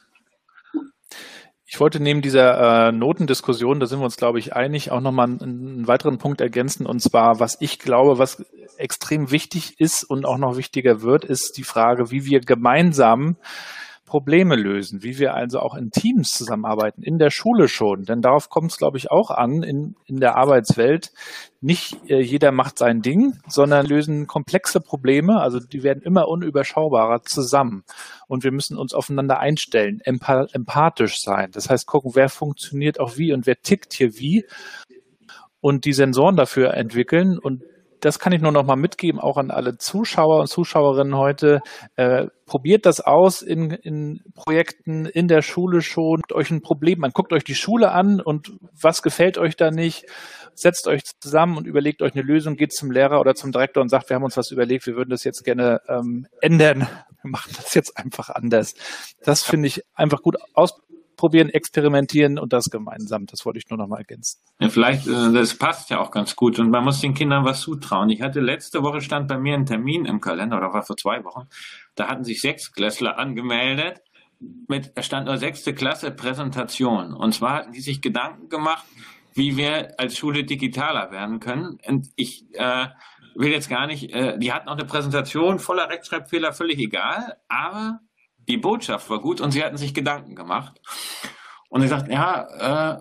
Ich wollte neben dieser Notendiskussion, da sind wir uns, glaube ich, einig, auch nochmal einen weiteren Punkt ergänzen. Und zwar, was ich glaube, was extrem wichtig ist und auch noch wichtiger wird, ist die Frage, wie wir gemeinsam Probleme lösen, wie wir also auch in Teams zusammenarbeiten, in der Schule schon. Denn darauf kommt es, glaube ich, auch an in der Arbeitswelt. Nicht jeder macht sein Ding, sondern lösen komplexe Probleme, also die werden immer unüberschaubarer zusammen. Und wir müssen uns aufeinander einstellen, empathisch sein. Das heißt, gucken, wer funktioniert auch wie und wer tickt hier wie und die Sensoren dafür entwickeln. Und das kann ich nur noch mal mitgeben, auch an alle Zuschauer und Zuschauerinnen heute. Probiert das aus in Projekten, in der Schule schon. Guckt euch ein Problem an, guckt euch die Schule an und was gefällt euch da nicht. Setzt euch zusammen und überlegt euch eine Lösung, geht zum Lehrer oder zum Direktor und sagt, wir haben uns was überlegt, wir würden das jetzt gerne ändern. Wir machen das jetzt einfach anders. Das finde ich einfach gut ausprobieren, experimentieren und das gemeinsam. Das wollte ich nur noch mal ergänzen. Ja, vielleicht, das passt ja auch ganz gut und man muss den Kindern was zutrauen. Ich hatte letzte Woche, stand bei mir ein Termin im Kalender, oder war vor 2 Wochen, da hatten sich 6-Klässler angemeldet, da stand nur 6. Klasse Präsentation. Und zwar hatten die sich Gedanken gemacht, wie wir als Schule digitaler werden können. Und ich will jetzt gar nicht, die hatten auch eine Präsentation voller Rechtschreibfehler, völlig egal, aber die Botschaft war gut und sie hatten sich Gedanken gemacht. Und ich sagte, ja,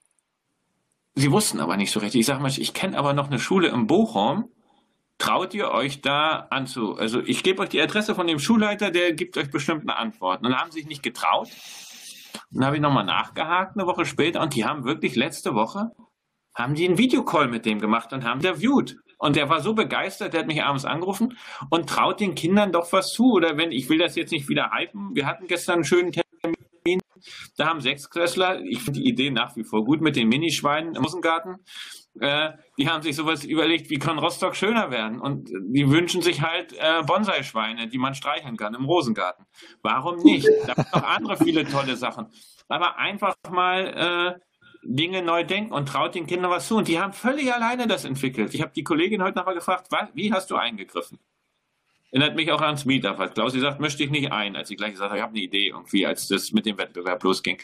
sie wussten aber nicht so richtig. Ich sage mal, ich kenne aber noch eine Schule in Bochum. Traut ihr euch da anzu? Also ich gebe euch die Adresse von dem Schulleiter, der gibt euch bestimmt eine Antwort. Und dann haben sie sich nicht getraut. Und dann habe ich nochmal nachgehakt eine Woche später und die haben wirklich letzte Woche, haben die einen Videocall mit dem gemacht und haben interviewt. Und der war so begeistert, der hat mich abends angerufen und traut den Kindern doch was zu. Oder wenn, ich will das jetzt nicht wieder hypen, wir hatten gestern einen schönen Termin, da haben 6-Klässler, ich finde die Idee nach wie vor gut mit den Minischweinen im Rosengarten, die haben sich sowas überlegt, wie kann Rostock schöner werden? Und die wünschen sich halt Bonsai-Schweine, die man streicheln kann im Rosengarten. Warum nicht? Da gibt es noch andere viele tolle Sachen. Aber einfach mal Dinge neu denken und traut den Kindern was zu. Und die haben völlig alleine das entwickelt. Ich habe die Kollegin heute nochmal gefragt, wie hast du eingegriffen? Erinnert mich auch ans Meetup. Hat Klausi sagt, möchte ich nicht ein, als ich gleich gesagt habe, ich habe eine Idee irgendwie, als das mit dem Wettbewerb losging.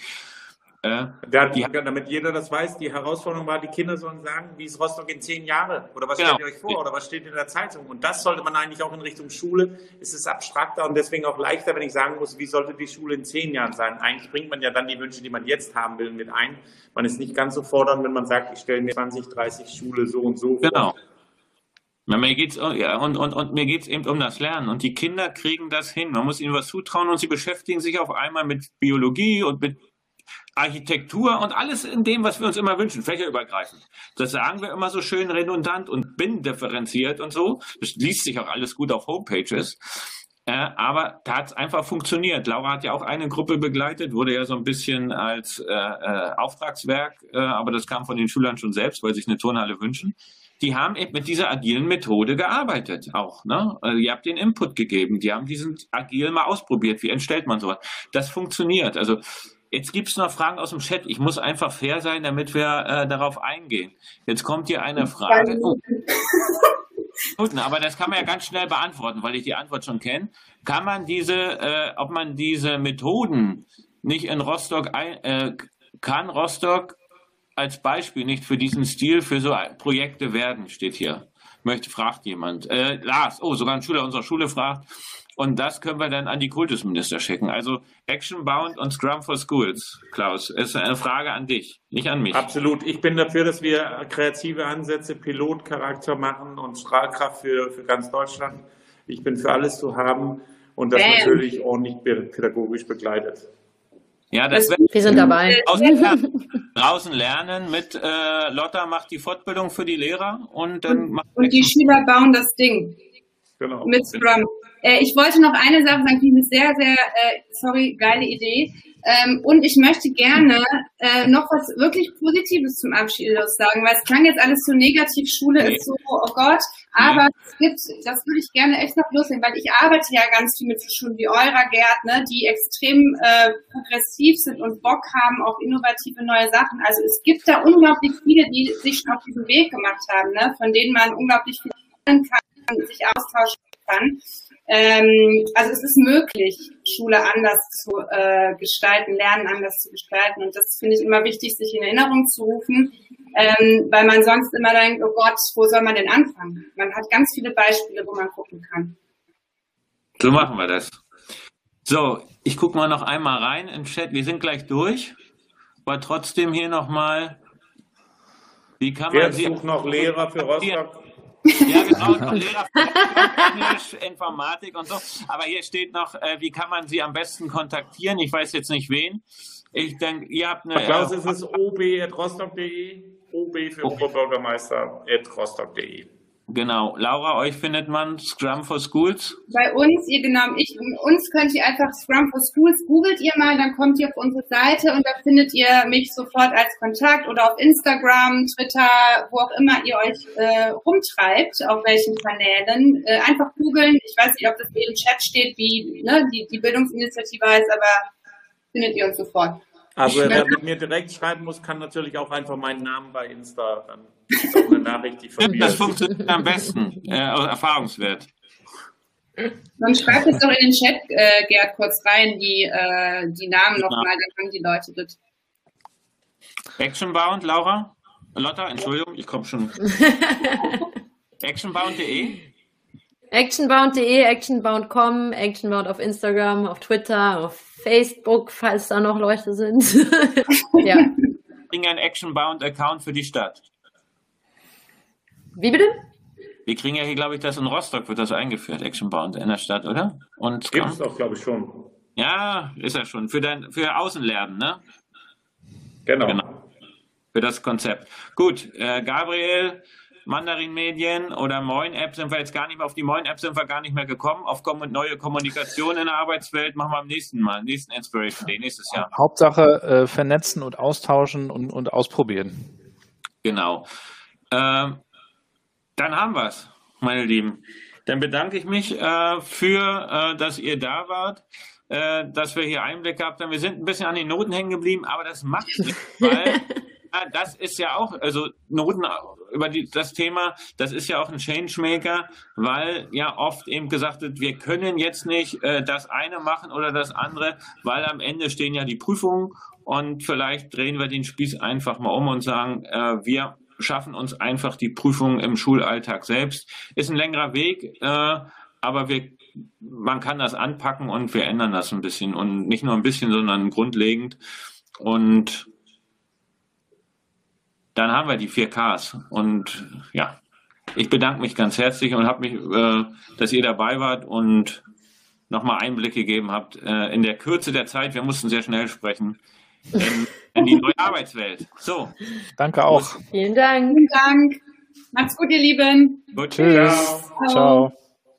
Damit jeder das weiß, die Herausforderung war, die Kinder sollen sagen, wie ist Rostock in 10 Jahren? Oder was stellt ihr euch vor? Oder was steht in der Zeitung? Und das sollte man eigentlich auch in Richtung Schule. Es ist abstrakter und deswegen auch leichter, wenn ich sagen muss, wie sollte die Schule in 10 Jahren sein? Eigentlich bringt man ja dann die Wünsche, die man jetzt haben will, mit ein. Man ist nicht ganz so fordernd, wenn man sagt, ich stelle mir 20, 30 Schule so und so vor. Genau. Mir geht's, ja, und mir geht's eben um das Lernen. Und die Kinder kriegen das hin. Man muss ihnen was zutrauen und sie beschäftigen sich auf einmal mit Biologie und mit Architektur und alles in dem, was wir uns immer wünschen, fächerübergreifend. Das sagen wir immer so schön redundant und binnendifferenziert und so. Das liest sich auch alles gut auf Homepages. Aber da hat es einfach funktioniert. Laura hat ja auch eine Gruppe begleitet, wurde ja so ein bisschen als Auftragswerk, aber das kam von den Schülern schon selbst, weil sie sich eine Turnhalle wünschen. Die haben eben mit dieser agilen Methode gearbeitet auch. Ne? Also ihr habt den Input gegeben, die haben diesen agil mal ausprobiert. Wie entstellt man sowas? Das funktioniert. Also Jetzt gibt es noch Fragen aus dem Chat. Ich muss einfach fair sein, damit wir darauf eingehen. Jetzt kommt hier eine Frage. Oh. Aber das kann man ja ganz schnell beantworten, weil ich die Antwort schon kenne. Kann man ob man diese Methoden nicht in Rostock kann Rostock als Beispiel nicht für diesen Stil für so Projekte werden, steht hier. Fragt jemand. Lars, sogar ein Schüler unserer Schule fragt. Und das können wir dann an die Kultusminister schicken. Also Actionbound und Scrum for Schools, Klaus, ist eine Frage an dich, nicht an mich. Absolut. Ich bin dafür, dass wir kreative Ansätze, Pilotcharakter machen und Strahlkraft für ganz Deutschland. Ich bin für alles zu haben und das natürlich ordentlich pädagogisch begleitet. Ja, das wir sind dabei. Draußen lernen mit Lotta macht die Fortbildung für die Lehrer und dann und die Schüler bauen das Ding. Genau. Mit Scrum. Ich wollte noch eine Sache sagen, die eine sehr, sehr, geile Idee. Und ich möchte gerne noch was wirklich Positives zum Abschluss sagen, weil es klang jetzt alles so negativ, Schule ist so, oh Gott, aber es gibt, das würde ich gerne echt noch loslegen, weil ich arbeite ja ganz viel mit Schulen wie eurer, Gerd, ne, die extrem progressiv sind und Bock haben auf innovative neue Sachen. Also es gibt da unglaublich viele, die sich schon auf diesen Weg gemacht haben, ne, von denen man unglaublich viel lernen kann, sich austauschen kann. Also es ist möglich, Schule anders zu gestalten, Lernen anders zu gestalten. Und das finde ich immer wichtig, sich in Erinnerung zu rufen, weil man sonst immer denkt, oh Gott, wo soll man denn anfangen? Man hat ganz viele Beispiele, wo man gucken kann. So machen wir das. So, ich gucke mal noch einmal rein im Chat. Wir sind gleich durch, aber trotzdem hier nochmal, wie kann man sie... sucht noch Lehrer für Rostock. Ja, genau, noch Lehrer für Englisch, Informatik und so. Aber hier steht noch, wie kann man sie am besten kontaktieren? Ich weiß jetzt nicht wen. Ich denke, ihr habt eine... Klaus, ist es ob@rostock.de? OB für Oberbürgermeister@rostock.de. Genau. Laura, euch findet man Scrum for Schools? Bei uns, uns könnt ihr einfach Scrum for Schools, googelt ihr mal, dann kommt ihr auf unsere Seite und da findet ihr mich sofort als Kontakt oder auf Instagram, Twitter, wo auch immer ihr euch rumtreibt, auf welchen Kanälen. Einfach googeln. Ich weiß nicht, ob das hier im Chat steht, wie die Bildungsinitiative heißt, aber findet ihr uns sofort. Also wer mit mir direkt schreiben muss, kann natürlich auch einfach meinen Namen bei Insta, dann ist auch eine Nachricht, die von mir das funktioniert am besten, erfahrungswert. Dann schreibt es doch in den Chat, Gerd, kurz rein, die Namen nochmal, dann haben die Leute das. Actionbound, Laura? Lotta, Entschuldigung, ich komme schon. Actionbound.de? Actionbound.de, actionbound.com, Actionbound auf Instagram, auf Twitter, auf Facebook, falls da noch Leute sind. Ja. Wir kriegen einen Actionbound-Account für die Stadt. Wie bitte? Wir kriegen ja hier, glaube ich, das in Rostock wird das eingeführt, Actionbound in der Stadt, oder? Und gibt es doch, glaube ich, schon. Ja, ist ja schon. Für Außenlernen, ne? Genau. Für das Konzept. Gut, Gabriel, Mandarin Medien oder Moin App sind wir jetzt gar nicht mehr, auf die Moin App sind wir gar nicht mehr gekommen. Auf neue Kommunikation in der Arbeitswelt machen wir am nächsten Inspiration Day, nächstes Jahr. Hauptsache vernetzen und austauschen und ausprobieren. Genau. Dann haben wir es, meine Lieben. Dann bedanke ich mich dass ihr da wart, dass wir hier Einblick gehabt haben. Wir sind ein bisschen an den Noten hängen geblieben, aber das macht nichts, weil das ist ja auch, also Noten über das Thema, das ist ja auch ein Changemaker, weil ja oft eben gesagt wird, wir können jetzt nicht das eine machen oder das andere, weil am Ende stehen ja die Prüfungen und vielleicht drehen wir den Spieß einfach mal um und sagen, wir schaffen uns einfach die Prüfungen im Schulalltag selbst. Ist ein längerer Weg, aber man kann das anpacken und wir ändern das ein bisschen und nicht nur ein bisschen, sondern grundlegend und dann haben wir die 4Ks und ja, ich bedanke mich ganz herzlich und habe mich, dass ihr dabei wart und nochmal Einblick gegeben habt in der Kürze der Zeit, wir mussten sehr schnell sprechen, in die neue Arbeitswelt. So. Danke auch. Vielen Dank. Vielen Dank. Macht's gut, ihr Lieben. Gut. Tschüss. Ciao.